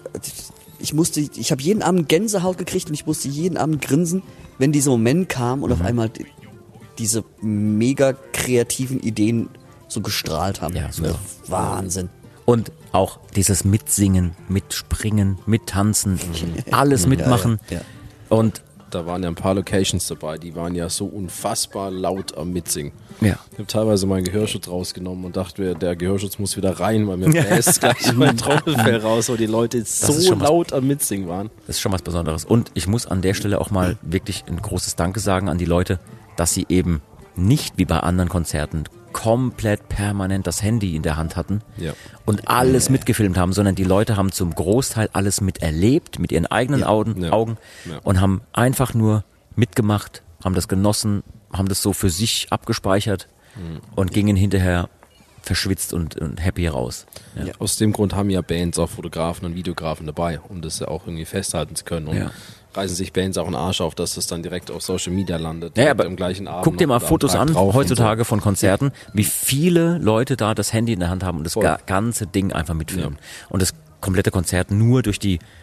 B: ich habe jeden Abend Gänsehaut gekriegt und ich musste jeden Abend grinsen, wenn dieser Moment kam und auf einmal diese mega kreativen Ideen so gestrahlt haben.
D: Ja, super.
B: Wahnsinn.
D: Und auch dieses Mitsingen, Mitspringen, Mittanzen, alles mitmachen.
B: Ja.
D: Und
C: da waren ja ein paar Locations dabei, die waren ja so unfassbar laut am Mitsingen.
D: Ja.
C: Ich habe teilweise meinen Gehörschutz rausgenommen und dachte, der Gehörschutz muss wieder rein, weil mir bläst gleich mein Trommelfell raus, wo die Leute so laut am Mitsingen waren.
D: Das ist schon was Besonderes. Und ich muss an der Stelle auch mal wirklich ein großes Danke sagen an die Leute, dass sie eben nicht wie bei anderen Konzerten komplett permanent das Handy in der Hand hatten und alles mitgefilmt haben, sondern die Leute haben zum Großteil alles miterlebt, mit ihren eigenen Augen und haben einfach nur mitgemacht, haben das genossen, haben das so für sich abgespeichert und gingen hinterher verschwitzt und happy raus. Ja.
C: Aus dem Grund haben ja Bands auch Fotografen und Videografen dabei, um das ja auch irgendwie festhalten zu können. Und reißen sich Bands auch einen Arsch auf, dass das dann direkt auf Social Media landet.
D: Ja, aber
C: am gleichen Abend.
D: guck dir mal
C: oder am
D: Fotos
C: Tag
D: an,
C: drauf
D: heutzutage von Konzerten, wie viele Leute da das Handy in der Hand haben und das
C: Voll.
D: ganze Ding einfach mitfilmen. Und das komplette Konzert nur durch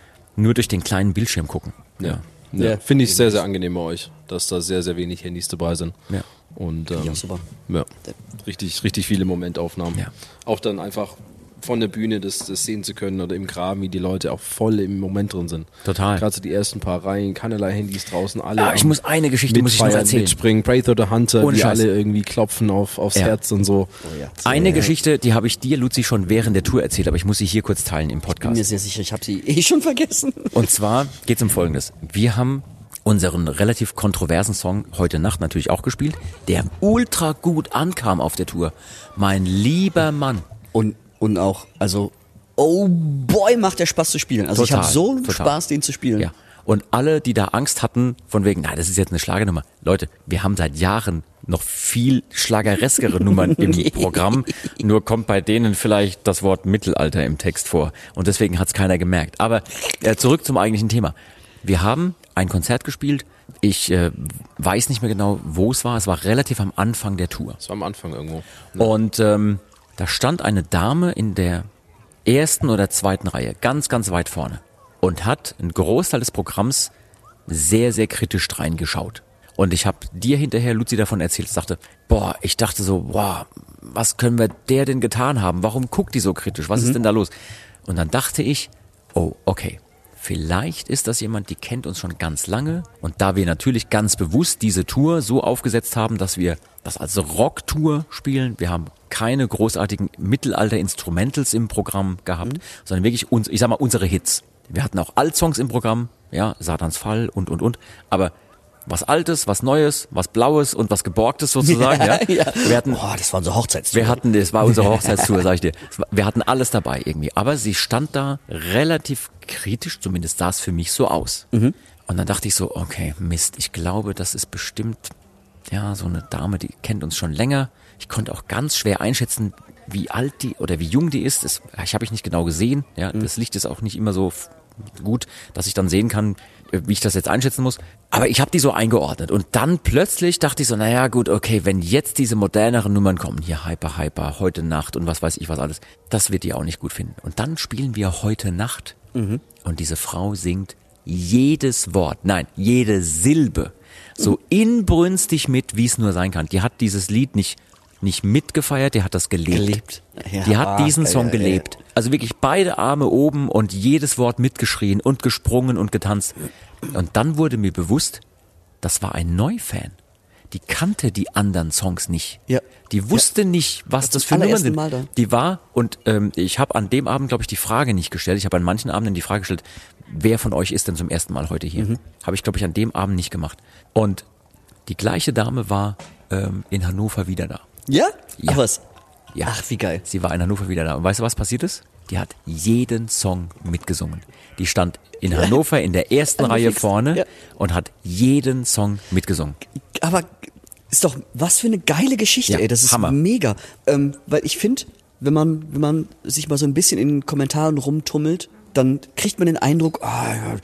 D: den kleinen Bildschirm gucken.
C: Ja. Ja. Finde ich sehr, sehr angenehm bei euch, dass da sehr, sehr wenig Handys dabei sind.
D: Ja.
C: Und
B: Ja, super.
C: ja, richtig viele Momentaufnahmen.
D: Ja.
C: Auch dann einfach von der Bühne das sehen zu können oder im Graben, wie die Leute auch voll im Moment drin sind.
D: Total.
C: Gerade so die ersten paar Reihen, keinerlei Handys draußen, alle.
D: Ich muss eine Geschichte muss ich noch
C: mitfeiern,
D: erzählen.
C: Mitspringen, Pray to the Hunter,
D: Ohne
C: die
D: Scheiß.
C: alle irgendwie klopfen aufs
D: Ja.
C: Herz und so.
D: Eine Geschichte, die habe ich dir, Luzi, schon während der Tour erzählt, aber ich muss sie hier kurz teilen im
B: Bin mir
D: Podcast.
B: sehr sicher, ich habe sie schon vergessen.
D: Und zwar geht es um Folgendes. Wir haben unseren relativ kontroversen Song Heute Nacht natürlich auch gespielt, der ultra gut ankam auf der Tour. Mein lieber Mann.
B: Und auch, also, oh boy, macht der Spaß zu spielen. Also ich
D: Total,
B: habe so einen
D: total.
B: Spaß, den zu spielen.
D: Ja. Und alle, die da Angst hatten, von wegen, na, das ist jetzt eine Schlagernummer. Leute, wir haben seit Jahren noch viel schlagereskere Nummern im Programm. Nur kommt bei denen vielleicht das Wort Mittelalter im Text vor. Und deswegen hat's keiner gemerkt. Aber zurück zum eigentlichen Thema. Wir haben ein Konzert gespielt. Ich weiß nicht mehr genau, wo es war. Es war relativ am Anfang der Tour.
C: Das war am Anfang irgendwo.
D: Und da stand eine Dame in der ersten oder zweiten Reihe, ganz, ganz weit vorne, und hat einen Großteil des Programms sehr, sehr kritisch reingeschaut. Und ich habe dir hinterher, Luzi, davon erzählt, sagte, boah, ich dachte so, wow, was können wir der denn getan haben? Warum guckt die so kritisch? Was ist denn da los? Und dann dachte ich, oh, okay, vielleicht ist das jemand, die kennt uns schon ganz lange. Und da wir natürlich ganz bewusst diese Tour so aufgesetzt haben, dass wir das als Rocktour spielen, wir haben keine großartigen Mittelalter-Instrumentals im Programm gehabt, sondern wirklich unsere Hits. Wir hatten auch Altsongs im Programm, ja, Satans Fall und. Aber was Altes, was Neues, was Blaues und was Geborgtes sozusagen, ja. Wir hatten,
B: Boah, das war unsere Hochzeitstour.
D: das war unsere Hochzeitstour, sag ich dir. Wir hatten alles dabei irgendwie. Aber sie stand da relativ kritisch, zumindest sah es für mich so aus. Und dann dachte ich so, okay, Mist, ich glaube, das ist bestimmt, ja, so eine Dame, die kennt uns schon länger. Ich konnte auch ganz schwer einschätzen, wie alt die oder wie jung die ist. Ich habe ich nicht genau gesehen. Ja, das Licht ist auch nicht immer so gut, dass ich dann sehen kann, wie ich das jetzt einschätzen muss. Aber ich habe die so eingeordnet. Und dann plötzlich dachte ich so, naja gut, okay, wenn jetzt diese moderneren Nummern kommen, hier Hyper, Heute Nacht und was weiß ich was alles, das wird die auch nicht gut finden. Und dann spielen wir Heute Nacht und diese Frau singt jedes Wort, nein, jede Silbe so inbrünstig mit, wie es nur sein kann. Die hat dieses Lied nicht mitgefeiert, die hat das gelebt.
B: Ja,
D: Die hat diesen Song gelebt. Also wirklich beide Arme oben und jedes Wort mitgeschrien und gesprungen und getanzt. Und dann wurde mir bewusst, das war ein Neufan. Die kannte die anderen Songs nicht.
B: Ja.
D: Die wusste nicht, was das für Nummern
B: allerersten
D: sind.
B: Mal da.
D: Die war, und ich habe an dem Abend, glaube ich, die Frage nicht gestellt. Ich habe an manchen Abenden die Frage gestellt, wer von euch ist denn zum ersten Mal heute hier? Habe ich, glaube ich, an dem Abend nicht gemacht. Und die gleiche Dame war in Hannover wieder da.
B: Ja?
D: Ja.
B: Ach was?
D: Ja.
B: Ach, wie geil.
D: Sie war in Hannover wieder da. Und weißt du, was passiert ist? Die hat jeden Song mitgesungen. Die stand in Hannover in der ersten Reihe
B: Angefixt.
D: vorne
B: Ja.
D: und hat jeden Song mitgesungen.
B: Aber ist doch, was für eine geile Geschichte,
D: Ja,
B: ey. Das ist
D: Hammer.
B: mega. Weil ich finde, wenn man sich mal so ein bisschen in den Kommentaren rumtummelt, dann kriegt man den Eindruck, ja,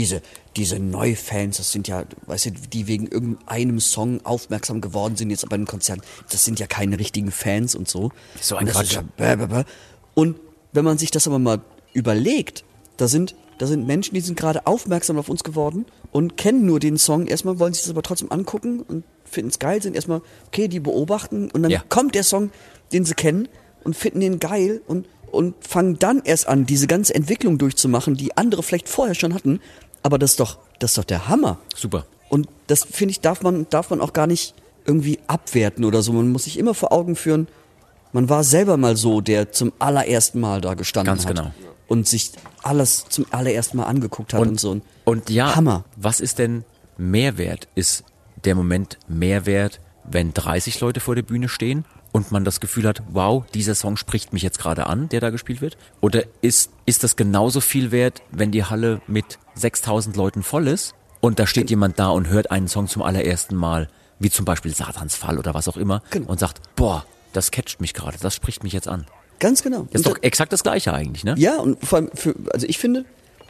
B: diese Neufans, das sind ja, weißt du, die wegen irgendeinem Song aufmerksam geworden sind jetzt bei den Konzerten, das sind ja keine richtigen Fans und so.
D: So ein
B: Und das
D: Quatsch.
B: ist ja Und wenn man sich das aber mal überlegt, da sind Menschen, die sind gerade aufmerksam auf uns geworden und kennen nur den Song. Erstmal wollen sich das aber trotzdem angucken und finden es geil, sind erstmal, okay, die beobachten und dann
D: Ja.
B: kommt der Song, den sie kennen und finden den geil und fangen dann erst an, diese ganze Entwicklung durchzumachen, die andere vielleicht vorher schon hatten. Aber das ist doch der Hammer.
D: Super.
B: Und das, finde ich, darf man auch gar nicht irgendwie abwerten oder so. Man muss sich immer vor Augen führen, man war selber mal so, der zum allerersten Mal da gestanden
D: Ganz
B: hat.
D: genau.
B: Und sich alles zum allerersten Mal angeguckt hat und so.
D: Und ja,
B: Hammer.
D: was ist denn Mehrwert? Ist der Moment Mehrwert, wenn 30 Leute vor der Bühne stehen und man das Gefühl hat, wow, dieser Song spricht mich jetzt gerade an, der da gespielt wird? Oder ist das genauso viel wert, wenn die Halle mit 6.000 Leuten voll ist und da steht jemand da und hört einen Song zum allerersten Mal, wie zum Beispiel Satans Fall oder was auch immer,
B: Genau.
D: und sagt, boah, das catcht mich gerade, das spricht mich jetzt an.
B: Ganz genau.
D: Das ist
B: Und
D: doch exakt das Gleiche eigentlich, ne?
B: ja, und vor allem also ich finde,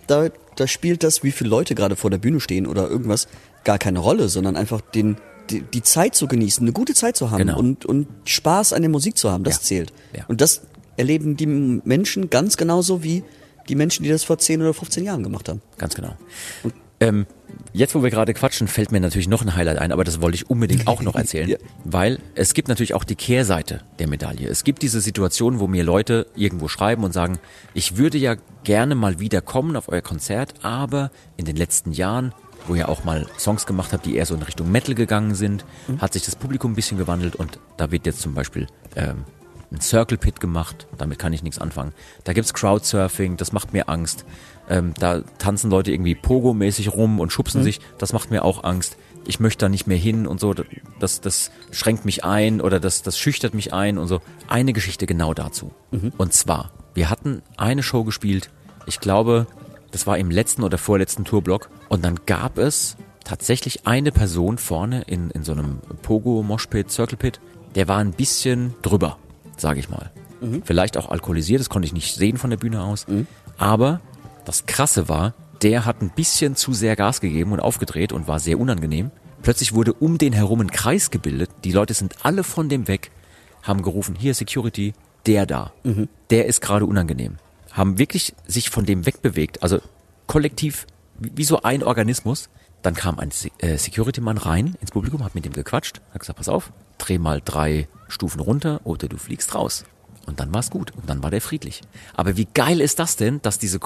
B: da spielt das, wie viele Leute gerade vor der Bühne stehen oder irgendwas, gar keine Rolle, sondern einfach die Zeit zu genießen, eine gute Zeit zu haben
D: Genau.
B: und Spaß an der Musik zu haben, das zählt.
D: Ja.
B: Und das erleben die Menschen ganz genauso wie die Menschen, die das vor 10 oder 15 Jahren gemacht haben.
D: Ganz genau. Jetzt, wo wir gerade quatschen, fällt mir natürlich noch ein Highlight ein, aber das wollte ich unbedingt auch noch erzählen,
B: Ja.
D: weil es gibt natürlich auch die Kehrseite der Medaille. Es gibt diese Situation, wo mir Leute irgendwo schreiben und sagen, ich würde ja gerne mal wieder kommen auf euer Konzert, aber in den letzten Jahren, wo ihr auch mal Songs gemacht habt, die eher so in Richtung Metal gegangen sind, hat sich das Publikum ein bisschen gewandelt und da wird jetzt zum Beispiel ein Circle Pit gemacht, damit kann ich nichts anfangen. Da gibt's Crowdsurfing, das macht mir Angst. Da tanzen Leute irgendwie Pogo-mäßig rum und schubsen sich, das macht mir auch Angst. Ich möchte da nicht mehr hin und so, das schränkt mich ein oder das schüchtert mich ein und so. Eine Geschichte genau dazu. Und zwar, wir hatten eine Show gespielt, ich glaube, das war im letzten oder vorletzten Tourblock und dann gab es tatsächlich eine Person vorne in so einem Pogo-Moshpit, Circle Pit, der war ein bisschen drüber, sage ich mal. Vielleicht auch alkoholisiert, das konnte ich nicht sehen von der Bühne aus, aber das Krasse war, der hat ein bisschen zu sehr Gas gegeben und aufgedreht und war sehr unangenehm. Plötzlich wurde um den herum ein Kreis gebildet. Die Leute sind alle von dem weg, haben gerufen, hier Security, der da. Der ist gerade unangenehm. Haben wirklich sich von dem wegbewegt, also kollektiv, wie so ein Organismus. Dann kam ein Security-Mann rein ins Publikum, hat mit dem gequatscht, hat gesagt, pass auf, dreh mal 3 Stufen runter oder du fliegst raus. Und dann war es gut und dann war der friedlich. Aber wie geil ist das denn, dass diese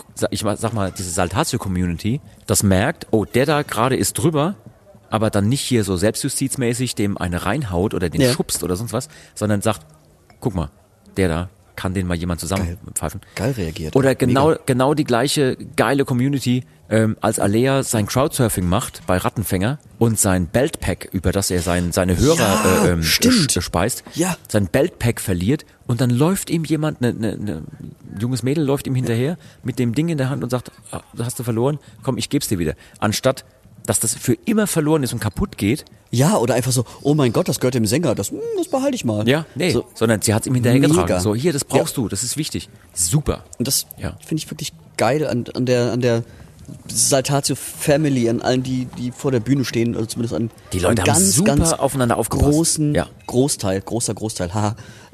D: Saltatio-Community das merkt, oh, der da gerade ist drüber, aber dann nicht hier so selbstjustizmäßig dem eine reinhaut oder den schubst oder sonst was, sondern sagt, guck mal, der da, kann den mal jemand zusammenpfeifen.
B: Geil reagiert.
D: Oder genau die gleiche geile Community, als Alea sein Crowdsurfing macht bei Rattenfänger und sein Beltpack, über das er seine Hörer speist, sein Beltpack verliert und dann läuft ihm jemand, ein junges Mädel läuft ihm hinterher mit dem Ding in der Hand und sagt, hast du verloren? Komm, ich geb's dir wieder. Anstatt, dass das für immer verloren ist und kaputt geht.
B: Ja, oder einfach so, oh mein Gott, das gehört dem Sänger, das behalte ich mal.
D: Ja, nee,
B: so,
D: sondern sie hat es ihm hinterher getragen. So, hier, das brauchst du, das ist wichtig. Super.
B: Und das finde ich wirklich geil an der Saltatio Family, an allen, die vor der Bühne stehen, oder zumindest an
D: die Leute
B: ganz,
D: haben super
B: ganz
D: aufeinander aufgepasst.
B: Großer Großteil, haha.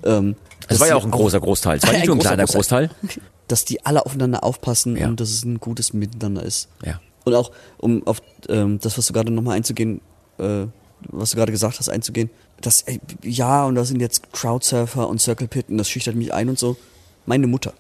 D: Es war ja auch ein großer Großteil, es war nicht nur ein kleiner Großteil.
B: Dass die alle aufeinander aufpassen und dass es ein gutes Miteinander ist.
D: Ja.
B: Und auch, um auf das, was du gerade nochmal einzugehen, was du gerade gesagt hast, einzugehen, dass, und da sind jetzt Crowdsurfer und Circle Pit und das schüchtert mich ein und so. Meine Mutter,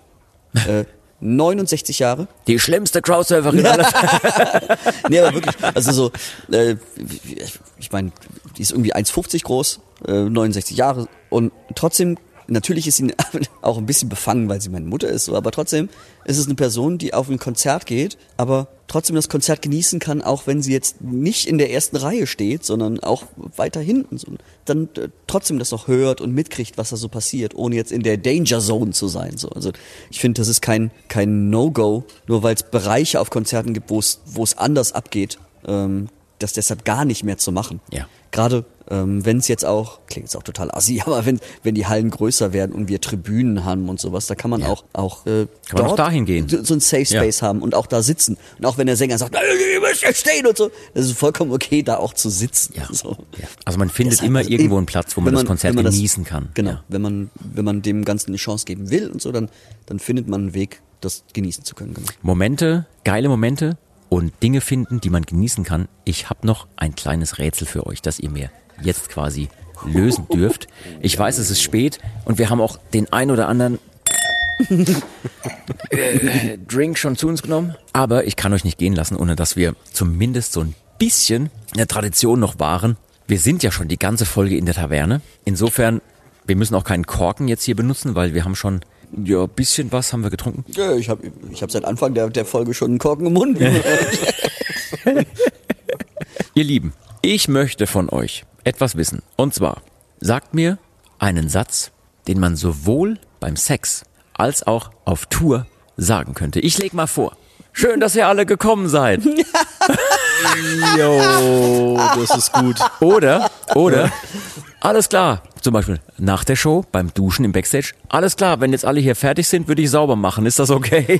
B: 69 Jahre.
D: Die schlimmste Crowdsurferin aller Zeiten.
B: Nee, aber wirklich, also so, ich meine, die ist irgendwie 1,50 groß, 69 Jahre und trotzdem, natürlich ist sie auch ein bisschen befangen, weil sie meine Mutter ist, so, aber trotzdem ist es eine Person, die auf ein Konzert geht, aber trotzdem das Konzert genießen kann, auch wenn sie jetzt nicht in der ersten Reihe steht, sondern auch weiter hinten, so, dann trotzdem das noch hört und mitkriegt, was da so passiert, ohne jetzt in der Danger Zone zu sein. So. Also ich finde, das ist kein No-Go, nur weil es Bereiche auf Konzerten gibt, wo es anders abgeht, das deshalb gar nicht mehr zu machen.
D: Ja.
B: Gerade wenn es jetzt auch, klingt jetzt auch total assi, aber wenn die Hallen größer werden und wir Tribünen haben und sowas, da kann man auch
D: dort dahin gehen.
B: So ein Safe Space haben und auch da sitzen. Und auch wenn der Sänger sagt, ihr müsst jetzt stehen und so, das ist vollkommen okay, da auch zu sitzen.
D: Ja.
B: So.
D: Ja. Also man findet immer irgendwo einen Platz, wo man das Konzert genießen kann.
B: Genau,
D: ja.
B: wenn man dem Ganzen eine Chance geben will und so, dann findet man einen Weg, das genießen zu können. Genau.
D: Momente, geile Momente und Dinge finden, die man genießen kann. Ich habe noch ein kleines Rätsel für euch, das ihr mir jetzt quasi lösen dürft. Ich weiß, es ist spät und wir haben auch den ein oder anderen Drink schon zu uns genommen. Aber ich kann euch nicht gehen lassen, ohne dass wir zumindest so ein bisschen in der Tradition noch wahren. Wir sind ja schon die ganze Folge in der Taverne. Insofern, wir müssen auch keinen Korken jetzt hier benutzen, weil wir haben schon ein bisschen was haben wir getrunken.
B: Ja, ich hab seit Anfang der Folge schon einen Korken im Mund.
D: Ihr Lieben, ich möchte von euch etwas wissen. Und zwar, sagt mir einen Satz, den man sowohl beim Sex als auch auf Tour sagen könnte. Ich leg mal vor. Schön, dass ihr alle gekommen seid.
C: Jo, das ist gut.
D: Oder, alles klar, Zum Beispiel nach der Show, beim Duschen im Backstage. Alles klar, wenn jetzt alle hier fertig sind, würde ich sauber machen. Ist das okay?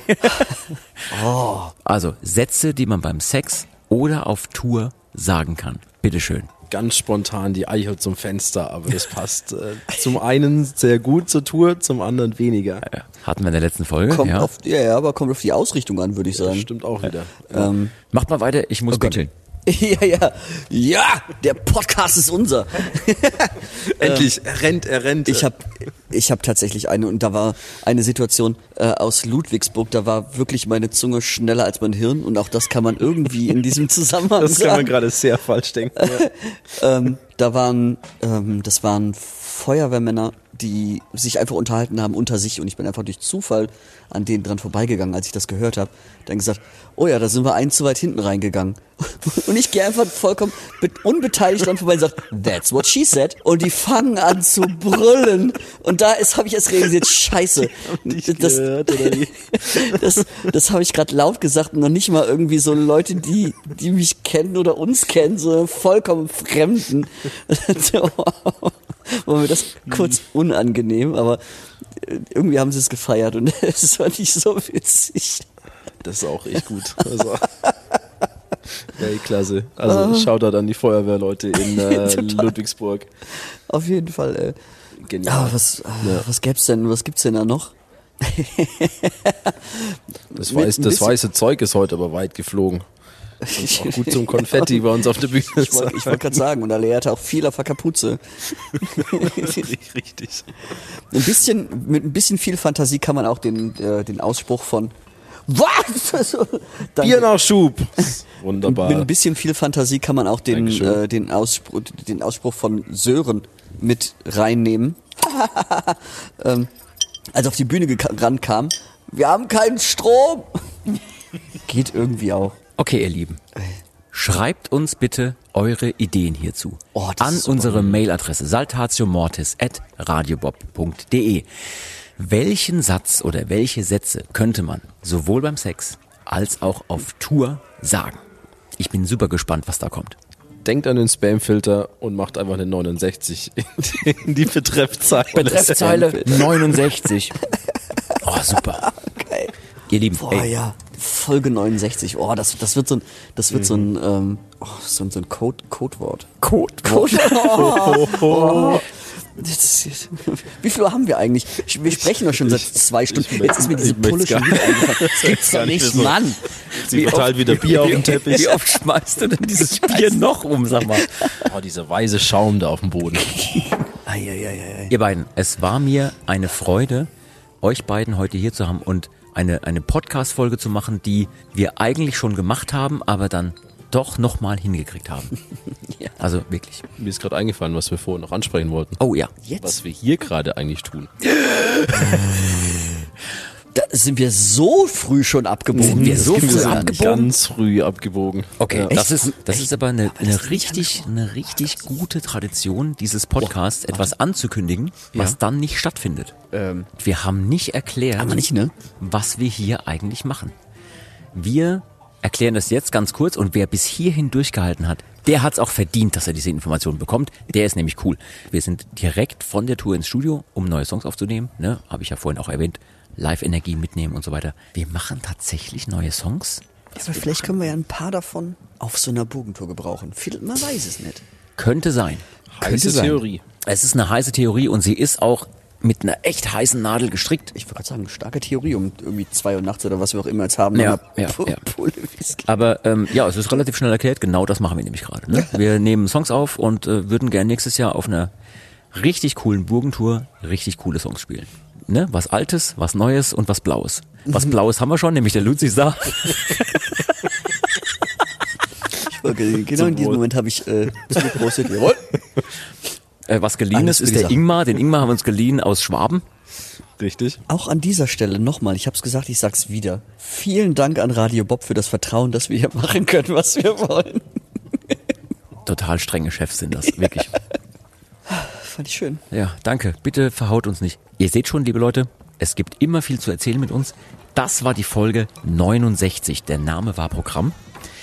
D: Also Sätze, die man beim Sex oder auf Tour sagen kann. Bitteschön.
C: Ganz spontan die Eichel zum Fenster, aber das passt zum einen sehr gut zur Tour, zum anderen weniger.
D: Hatten wir in der letzten Folge.
B: Kommt
D: ja.
B: auf die Ausrichtung an, würde ich
C: Das
B: sagen.
C: stimmt auch wieder.
D: Macht mal weiter, ich muss pinkeln.
B: Ja, der Podcast ist unser.
C: Endlich, er rennt.
B: Ich hab tatsächlich eine, und da war eine Situation aus Ludwigsburg, da war wirklich meine Zunge schneller als mein Hirn, und auch das kann man irgendwie in diesem Zusammenhang
C: Das kann man
B: sagen.
C: gerade sehr falsch denken. Ja.
B: Das waren Feuerwehrmänner, die sich einfach unterhalten haben unter sich, und ich bin einfach durch Zufall an denen dran vorbeigegangen, als ich das gehört habe. Dann gesagt, oh ja, da sind wir einen zu weit hinten reingegangen. Und ich gehe einfach vollkommen unbeteiligt dran vorbei und sage, that's what she said. Und die fangen an zu brüllen. Und da habe ich erst realisiert, scheiße. Das habe ich gerade laut gesagt, und noch nicht mal irgendwie so Leute, die mich kennen oder uns kennen, so vollkommen Fremden. War mir das kurz unangenehm, aber irgendwie haben sie es gefeiert, und es war nicht so witzig.
C: Das ist auch echt gut. Also, klasse. Also Shoutout an die Feuerwehrleute in Ludwigsburg.
B: Auf jeden Fall.
C: Genial.
B: Was gibt's denn da noch?
C: Das weiße Zeug ist heute aber weit geflogen. Das ist auch gut zum Konfetti bei uns auf der Bühne.
B: Ich wollte gerade sagen, und Alea hatte auch viel auf der Kapuze.
C: Richtig.
B: Mit ein bisschen viel Fantasie kann man auch den Ausspruch von was?
C: Biernachschub. Wunderbar.
B: Mit ein bisschen viel Fantasie kann man auch den Ausspruch von Sören mit reinnehmen. Als auf die Bühne rankam, wir haben keinen Strom. Geht irgendwie auch.
D: Okay, ihr Lieben. Schreibt uns bitte eure Ideen hierzu
B: Das
D: an
B: ist
D: unsere Mailadresse saltatiomortis@radiobob.de. Welchen Satz oder welche Sätze könnte man sowohl beim Sex als auch auf Tour sagen? Ich bin super gespannt, was da kommt.
C: Denkt an den Spamfilter und macht einfach eine 69 in die Betreffzeile.
D: Betreffzeile 69. Oh, super.
B: Geil.
D: Ihr Lieben,
B: Ja, Folge 69. Oh, das wird so ein Codewort. Oh. Wie viel Uhr haben wir eigentlich? Wir sprechen doch schon seit 2 Stunden. Jetzt ist mir diese Pulle schon wieder eingefallen. Das gibt's doch nicht, Mann.
C: Sie verteilt wieder Bier auf den Teppich.
D: Wie oft schmeißt du denn dieses Bier noch um, sag mal?
C: Oh, dieser weiße Schaum da auf dem Boden.
D: Ihr beiden, es war mir eine Freude, euch beiden heute hier zu haben und eine Podcast-Folge zu machen, die wir eigentlich schon gemacht haben, aber dann doch nochmal hingekriegt haben.
B: Ja.
D: Also wirklich.
C: Mir ist gerade eingefallen, was wir vorhin noch ansprechen wollten.
D: Oh ja.
C: Was wir hier gerade eigentlich tun.
B: Da sind wir so früh schon abgebogen.
D: Wir so früh
B: abgebogen.
D: abgebogen?
C: Ganz früh abgebogen.
D: Okay,
C: Ja.
D: das ist aber eine richtig gute Tradition dieses Podcasts, etwas anzukündigen, was dann nicht stattfindet. Wir haben nicht erklärt,
B: Aber nicht, ne?
D: was wir hier eigentlich machen. Wir erklären das jetzt ganz kurz, und wer bis hierhin durchgehalten hat, der hat es auch verdient, dass er diese Informationen bekommt. Der ist nämlich cool. Wir sind direkt von der Tour ins Studio, um neue Songs aufzunehmen. Ne? Habe ich ja vorhin auch erwähnt. Live-Energie mitnehmen und so weiter. Wir machen tatsächlich neue Songs.
B: Aber vielleicht können wir ja ein paar davon auf so einer Bogentour gebrauchen. Man weiß es nicht.
D: Könnte sein.
C: Heiße Theorie.
D: Es ist eine heiße Theorie, und sie ist auch mit einer echt heißen Nadel gestrickt.
B: Ich wollte gerade sagen, starke Theorie um irgendwie 2 Uhr nachts oder was wir auch immer jetzt haben.
D: Ja,
B: Eine
D: ja.
B: Pulle Whisky.
D: Aber es ist relativ schnell erklärt. Genau das machen wir nämlich gerade. Ne? Wir nehmen Songs auf und würden gerne nächstes Jahr auf einer richtig coolen Burgentour richtig coole Songs spielen. Ne? Was Altes, was Neues und was Blaues. Was Blaues haben wir schon, nämlich der Luzi ist da.
B: Okay, genau in diesem Moment habe ich zugeprostet. Jawohl.
D: Was geliehen
B: Alles
D: ist
B: für die
D: der
B: Sache.
D: Ingmar. Den Ingmar haben wir uns geliehen aus Schwaben.
C: Richtig.
B: Auch an dieser Stelle nochmal, ich habe es gesagt, ich sag's wieder. Vielen Dank an Radio Bob für das Vertrauen, dass wir hier machen können, was wir wollen.
D: Total strenge Chefs sind das, wirklich.
B: Fand ich schön.
D: Ja, danke. Bitte verhaut uns nicht. Ihr seht schon, liebe Leute, es gibt immer viel zu erzählen mit uns. Das war die Folge 69. Der Name war Programm.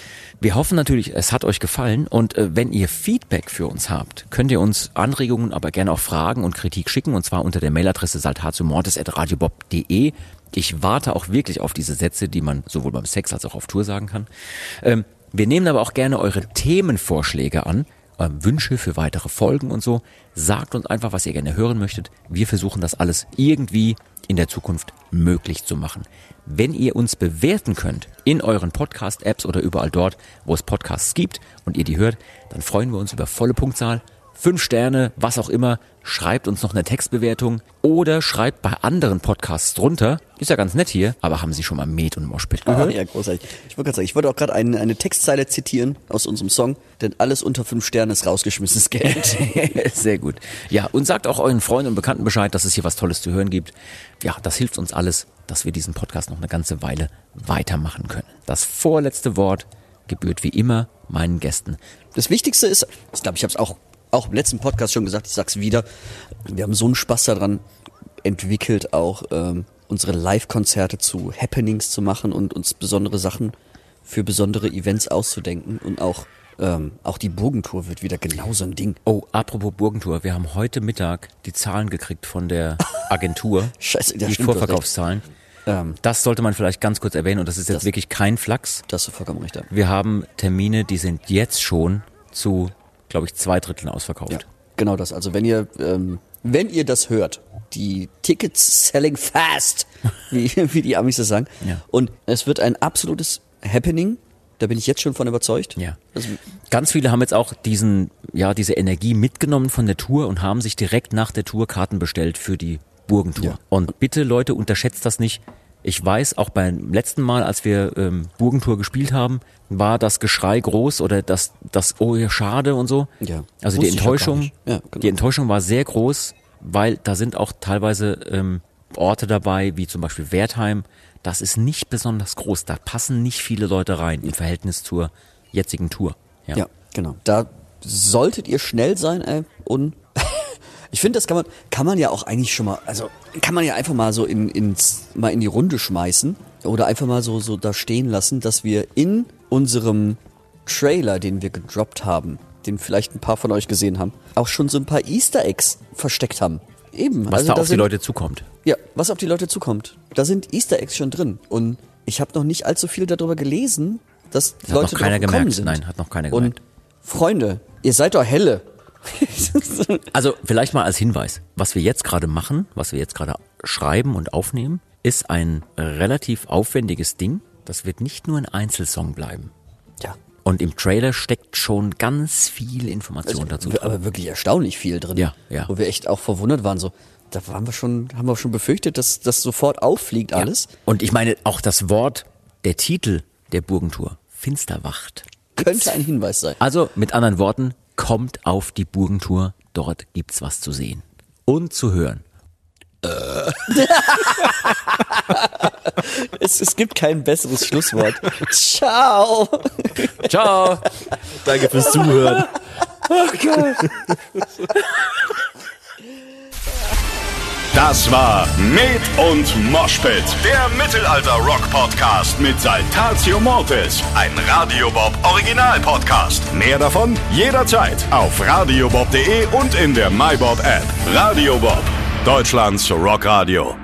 D: Wir hoffen natürlich, es hat euch gefallen und wenn ihr Feedback für uns habt, könnt ihr uns Anregungen, aber gerne auch Fragen und Kritik schicken und zwar unter der Mailadresse saltatiomortis@radiobob.de. Ich warte auch wirklich auf diese Sätze, die man sowohl beim Sex als auch auf Tour sagen kann. Wir nehmen aber auch gerne eure Themenvorschläge an, Wünsche für weitere Folgen und so. Sagt uns einfach, was ihr gerne hören möchtet. Wir versuchen das alles irgendwie in der Zukunft möglich zu machen. Wenn ihr uns bewerten könnt in euren Podcast-Apps oder überall dort, wo es Podcasts gibt und ihr die hört, dann freuen wir uns über volle Punktzahl. 5 Sterne, was auch immer, schreibt uns noch eine Textbewertung oder schreibt bei anderen Podcasts drunter. Ist ja ganz nett hier, aber haben Sie schon mal Met und Moshpit gehört?
B: Ja, großartig. Ich wollte gerade sagen, ich wollte auch gerade eine Textzeile zitieren aus unserem Song, denn alles unter 5 Sternen ist rausgeschmissenes Geld.
D: Sehr gut. Ja, und sagt auch euren Freunden und Bekannten Bescheid, dass es hier was Tolles zu hören gibt. Ja, das hilft uns alles, dass wir diesen Podcast noch eine ganze Weile weitermachen können. Das vorletzte Wort gebührt wie immer meinen Gästen.
B: Das Wichtigste ist, ich glaube, ich habe es auch im letzten Podcast schon gesagt, ich sag's wieder, wir haben so einen Spaß daran entwickelt, auch unsere Live-Konzerte zu Happenings zu machen und uns besondere Sachen für besondere Events auszudenken und auch die Burgentour wird wieder genau so ein Ding.
D: Oh, apropos Burgentour, wir haben heute Mittag die Zahlen gekriegt von der Agentur,
B: Scheiße, ja,
D: die
B: stimmt,
D: Vorverkaufszahlen. Das sollte man vielleicht ganz kurz erwähnen und das ist jetzt wirklich kein Flachs.
B: Da hast du vollkommen recht. Ja.
D: Wir haben Termine, die sind jetzt schon zu, glaube ich, 2/3 ausverkauft.
B: Ja, genau das. Also wenn ihr das hört, die Tickets selling fast, wie die Amis das sagen.
D: Ja.
B: Und es wird ein absolutes Happening. Da bin ich jetzt schon von überzeugt.
D: Ja.
B: Also,
D: Ganz viele haben jetzt auch diese Energie mitgenommen von der Tour und haben sich direkt nach der Tour Karten bestellt für die Burgentour.
B: Ja.
D: Und bitte Leute, unterschätzt das nicht. Ich weiß, auch beim letzten Mal, als wir Burgentour gespielt haben, war das Geschrei groß oder das oh ja, schade und so.
B: Ja.
D: Also die
B: Wusste ich auch gar
D: Enttäuschung,
B: nicht. Ja, genau.
D: die Enttäuschung war sehr groß, weil da sind auch teilweise Orte dabei, wie zum Beispiel Wertheim. Das ist nicht besonders groß. Da passen nicht viele Leute rein im Verhältnis zur jetzigen Tour.
B: Ja, genau. Da solltet ihr schnell sein, und ich finde, das kann man ja auch eigentlich schon mal, also kann man ja einfach mal so in die Runde schmeißen oder einfach mal so da stehen lassen, dass wir in unserem Trailer, den wir gedroppt haben, den vielleicht ein paar von euch gesehen haben, auch schon so ein paar Easter Eggs versteckt haben. Eben.
D: Was da auf die Leute zukommt.
B: Ja, was auf die Leute zukommt. Da sind Easter Eggs schon drin. Und ich habe noch nicht allzu viel darüber gelesen, dass
D: Hat
B: Leute
D: noch keiner
B: drauf gekommen
D: gemerkt.
B: sind.
D: Nein, hat noch keiner gemerkt.
B: Und Freunde, ihr seid doch helle.
D: Also vielleicht mal als Hinweis, was wir jetzt gerade machen, was wir jetzt gerade schreiben und aufnehmen, ist ein relativ aufwendiges Ding. Das wird nicht nur ein Einzelsong bleiben.
B: Ja.
D: Und im Trailer steckt schon ganz viel Information dazu drin.
B: Aber wirklich erstaunlich viel drin.
D: Ja, ja.
B: Wo wir echt auch verwundert waren. So, da haben wir schon befürchtet, dass das sofort auffliegt alles.
D: Ja. Und ich meine, auch das Wort, der Titel der Burgentour, Finsterwacht.
B: Könnte ein Hinweis sein.
D: Also mit anderen Worten, kommt auf die Burgentour, dort gibt's was zu sehen und zu hören.
B: Es gibt kein besseres Schlusswort. Ciao.
D: Ciao.
C: Danke fürs Zuhören.
A: Das war Met und Moshpit, der Mittelalter-Rock-Podcast mit Saltatio Mortis, ein Radio Bob Original-Podcast. Mehr davon jederzeit auf radiobob.de und in der MyBob-App. Radio Bob, Deutschlands Rockradio.